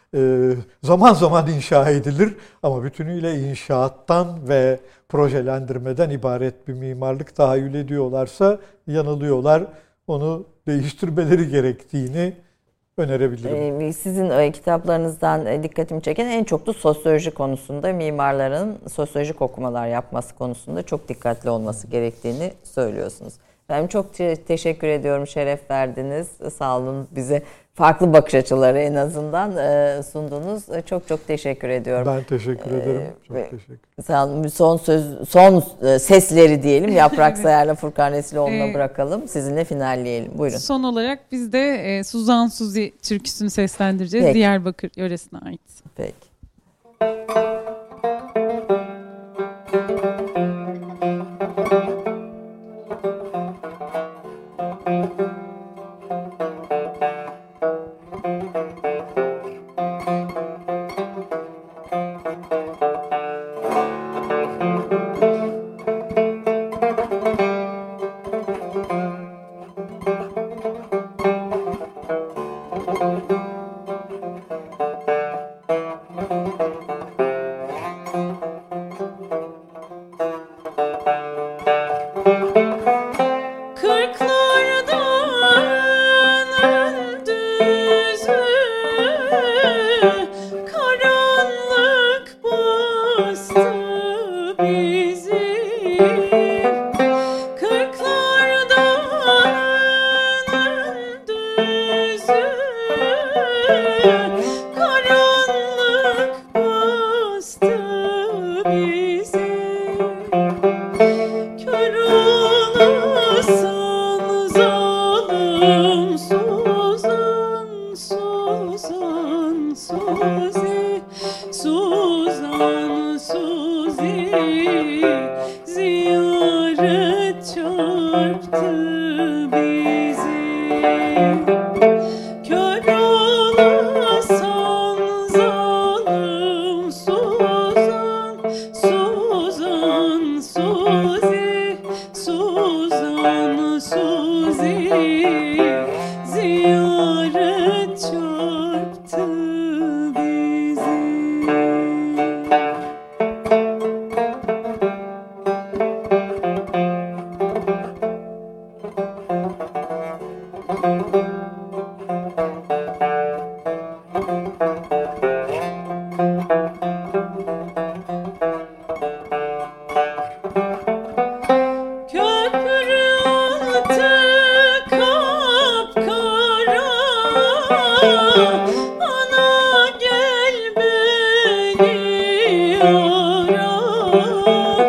Zaman zaman inşa edilir ama bütünüyle inşaattan ve projelendirmeden ibaret bir mimarlık tahayyül ediyorlarsa yanılıyorlar. Onu değiştirmeleri gerektiğini önerebilirim. Sizin kitaplarınızdan dikkatimi çeken en çok da sosyoloji konusunda, mimarların sosyolojik okumalar yapması konusunda çok dikkatli olması gerektiğini söylüyorsunuz. Ben çok teşekkür ediyorum, şeref verdiniz. Sağ olun, bize farklı bakış açıları en azından sundunuz. Çok çok teşekkür ediyorum. Ben teşekkür ederim. Çok teşekkür. Sağ olun. Son sesleri diyelim. Yaprak Sayar'la Furkan Resiloğlu'na bırakalım. Sizinle finalleyelim. Buyurun. Son olarak biz de Suzan Suzi türküsünü seslendireceğiz. Peki. Diyarbakır yöresine ait. Peki.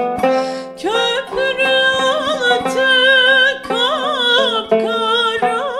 Köprü altı kapkara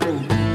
Hoşçakalın.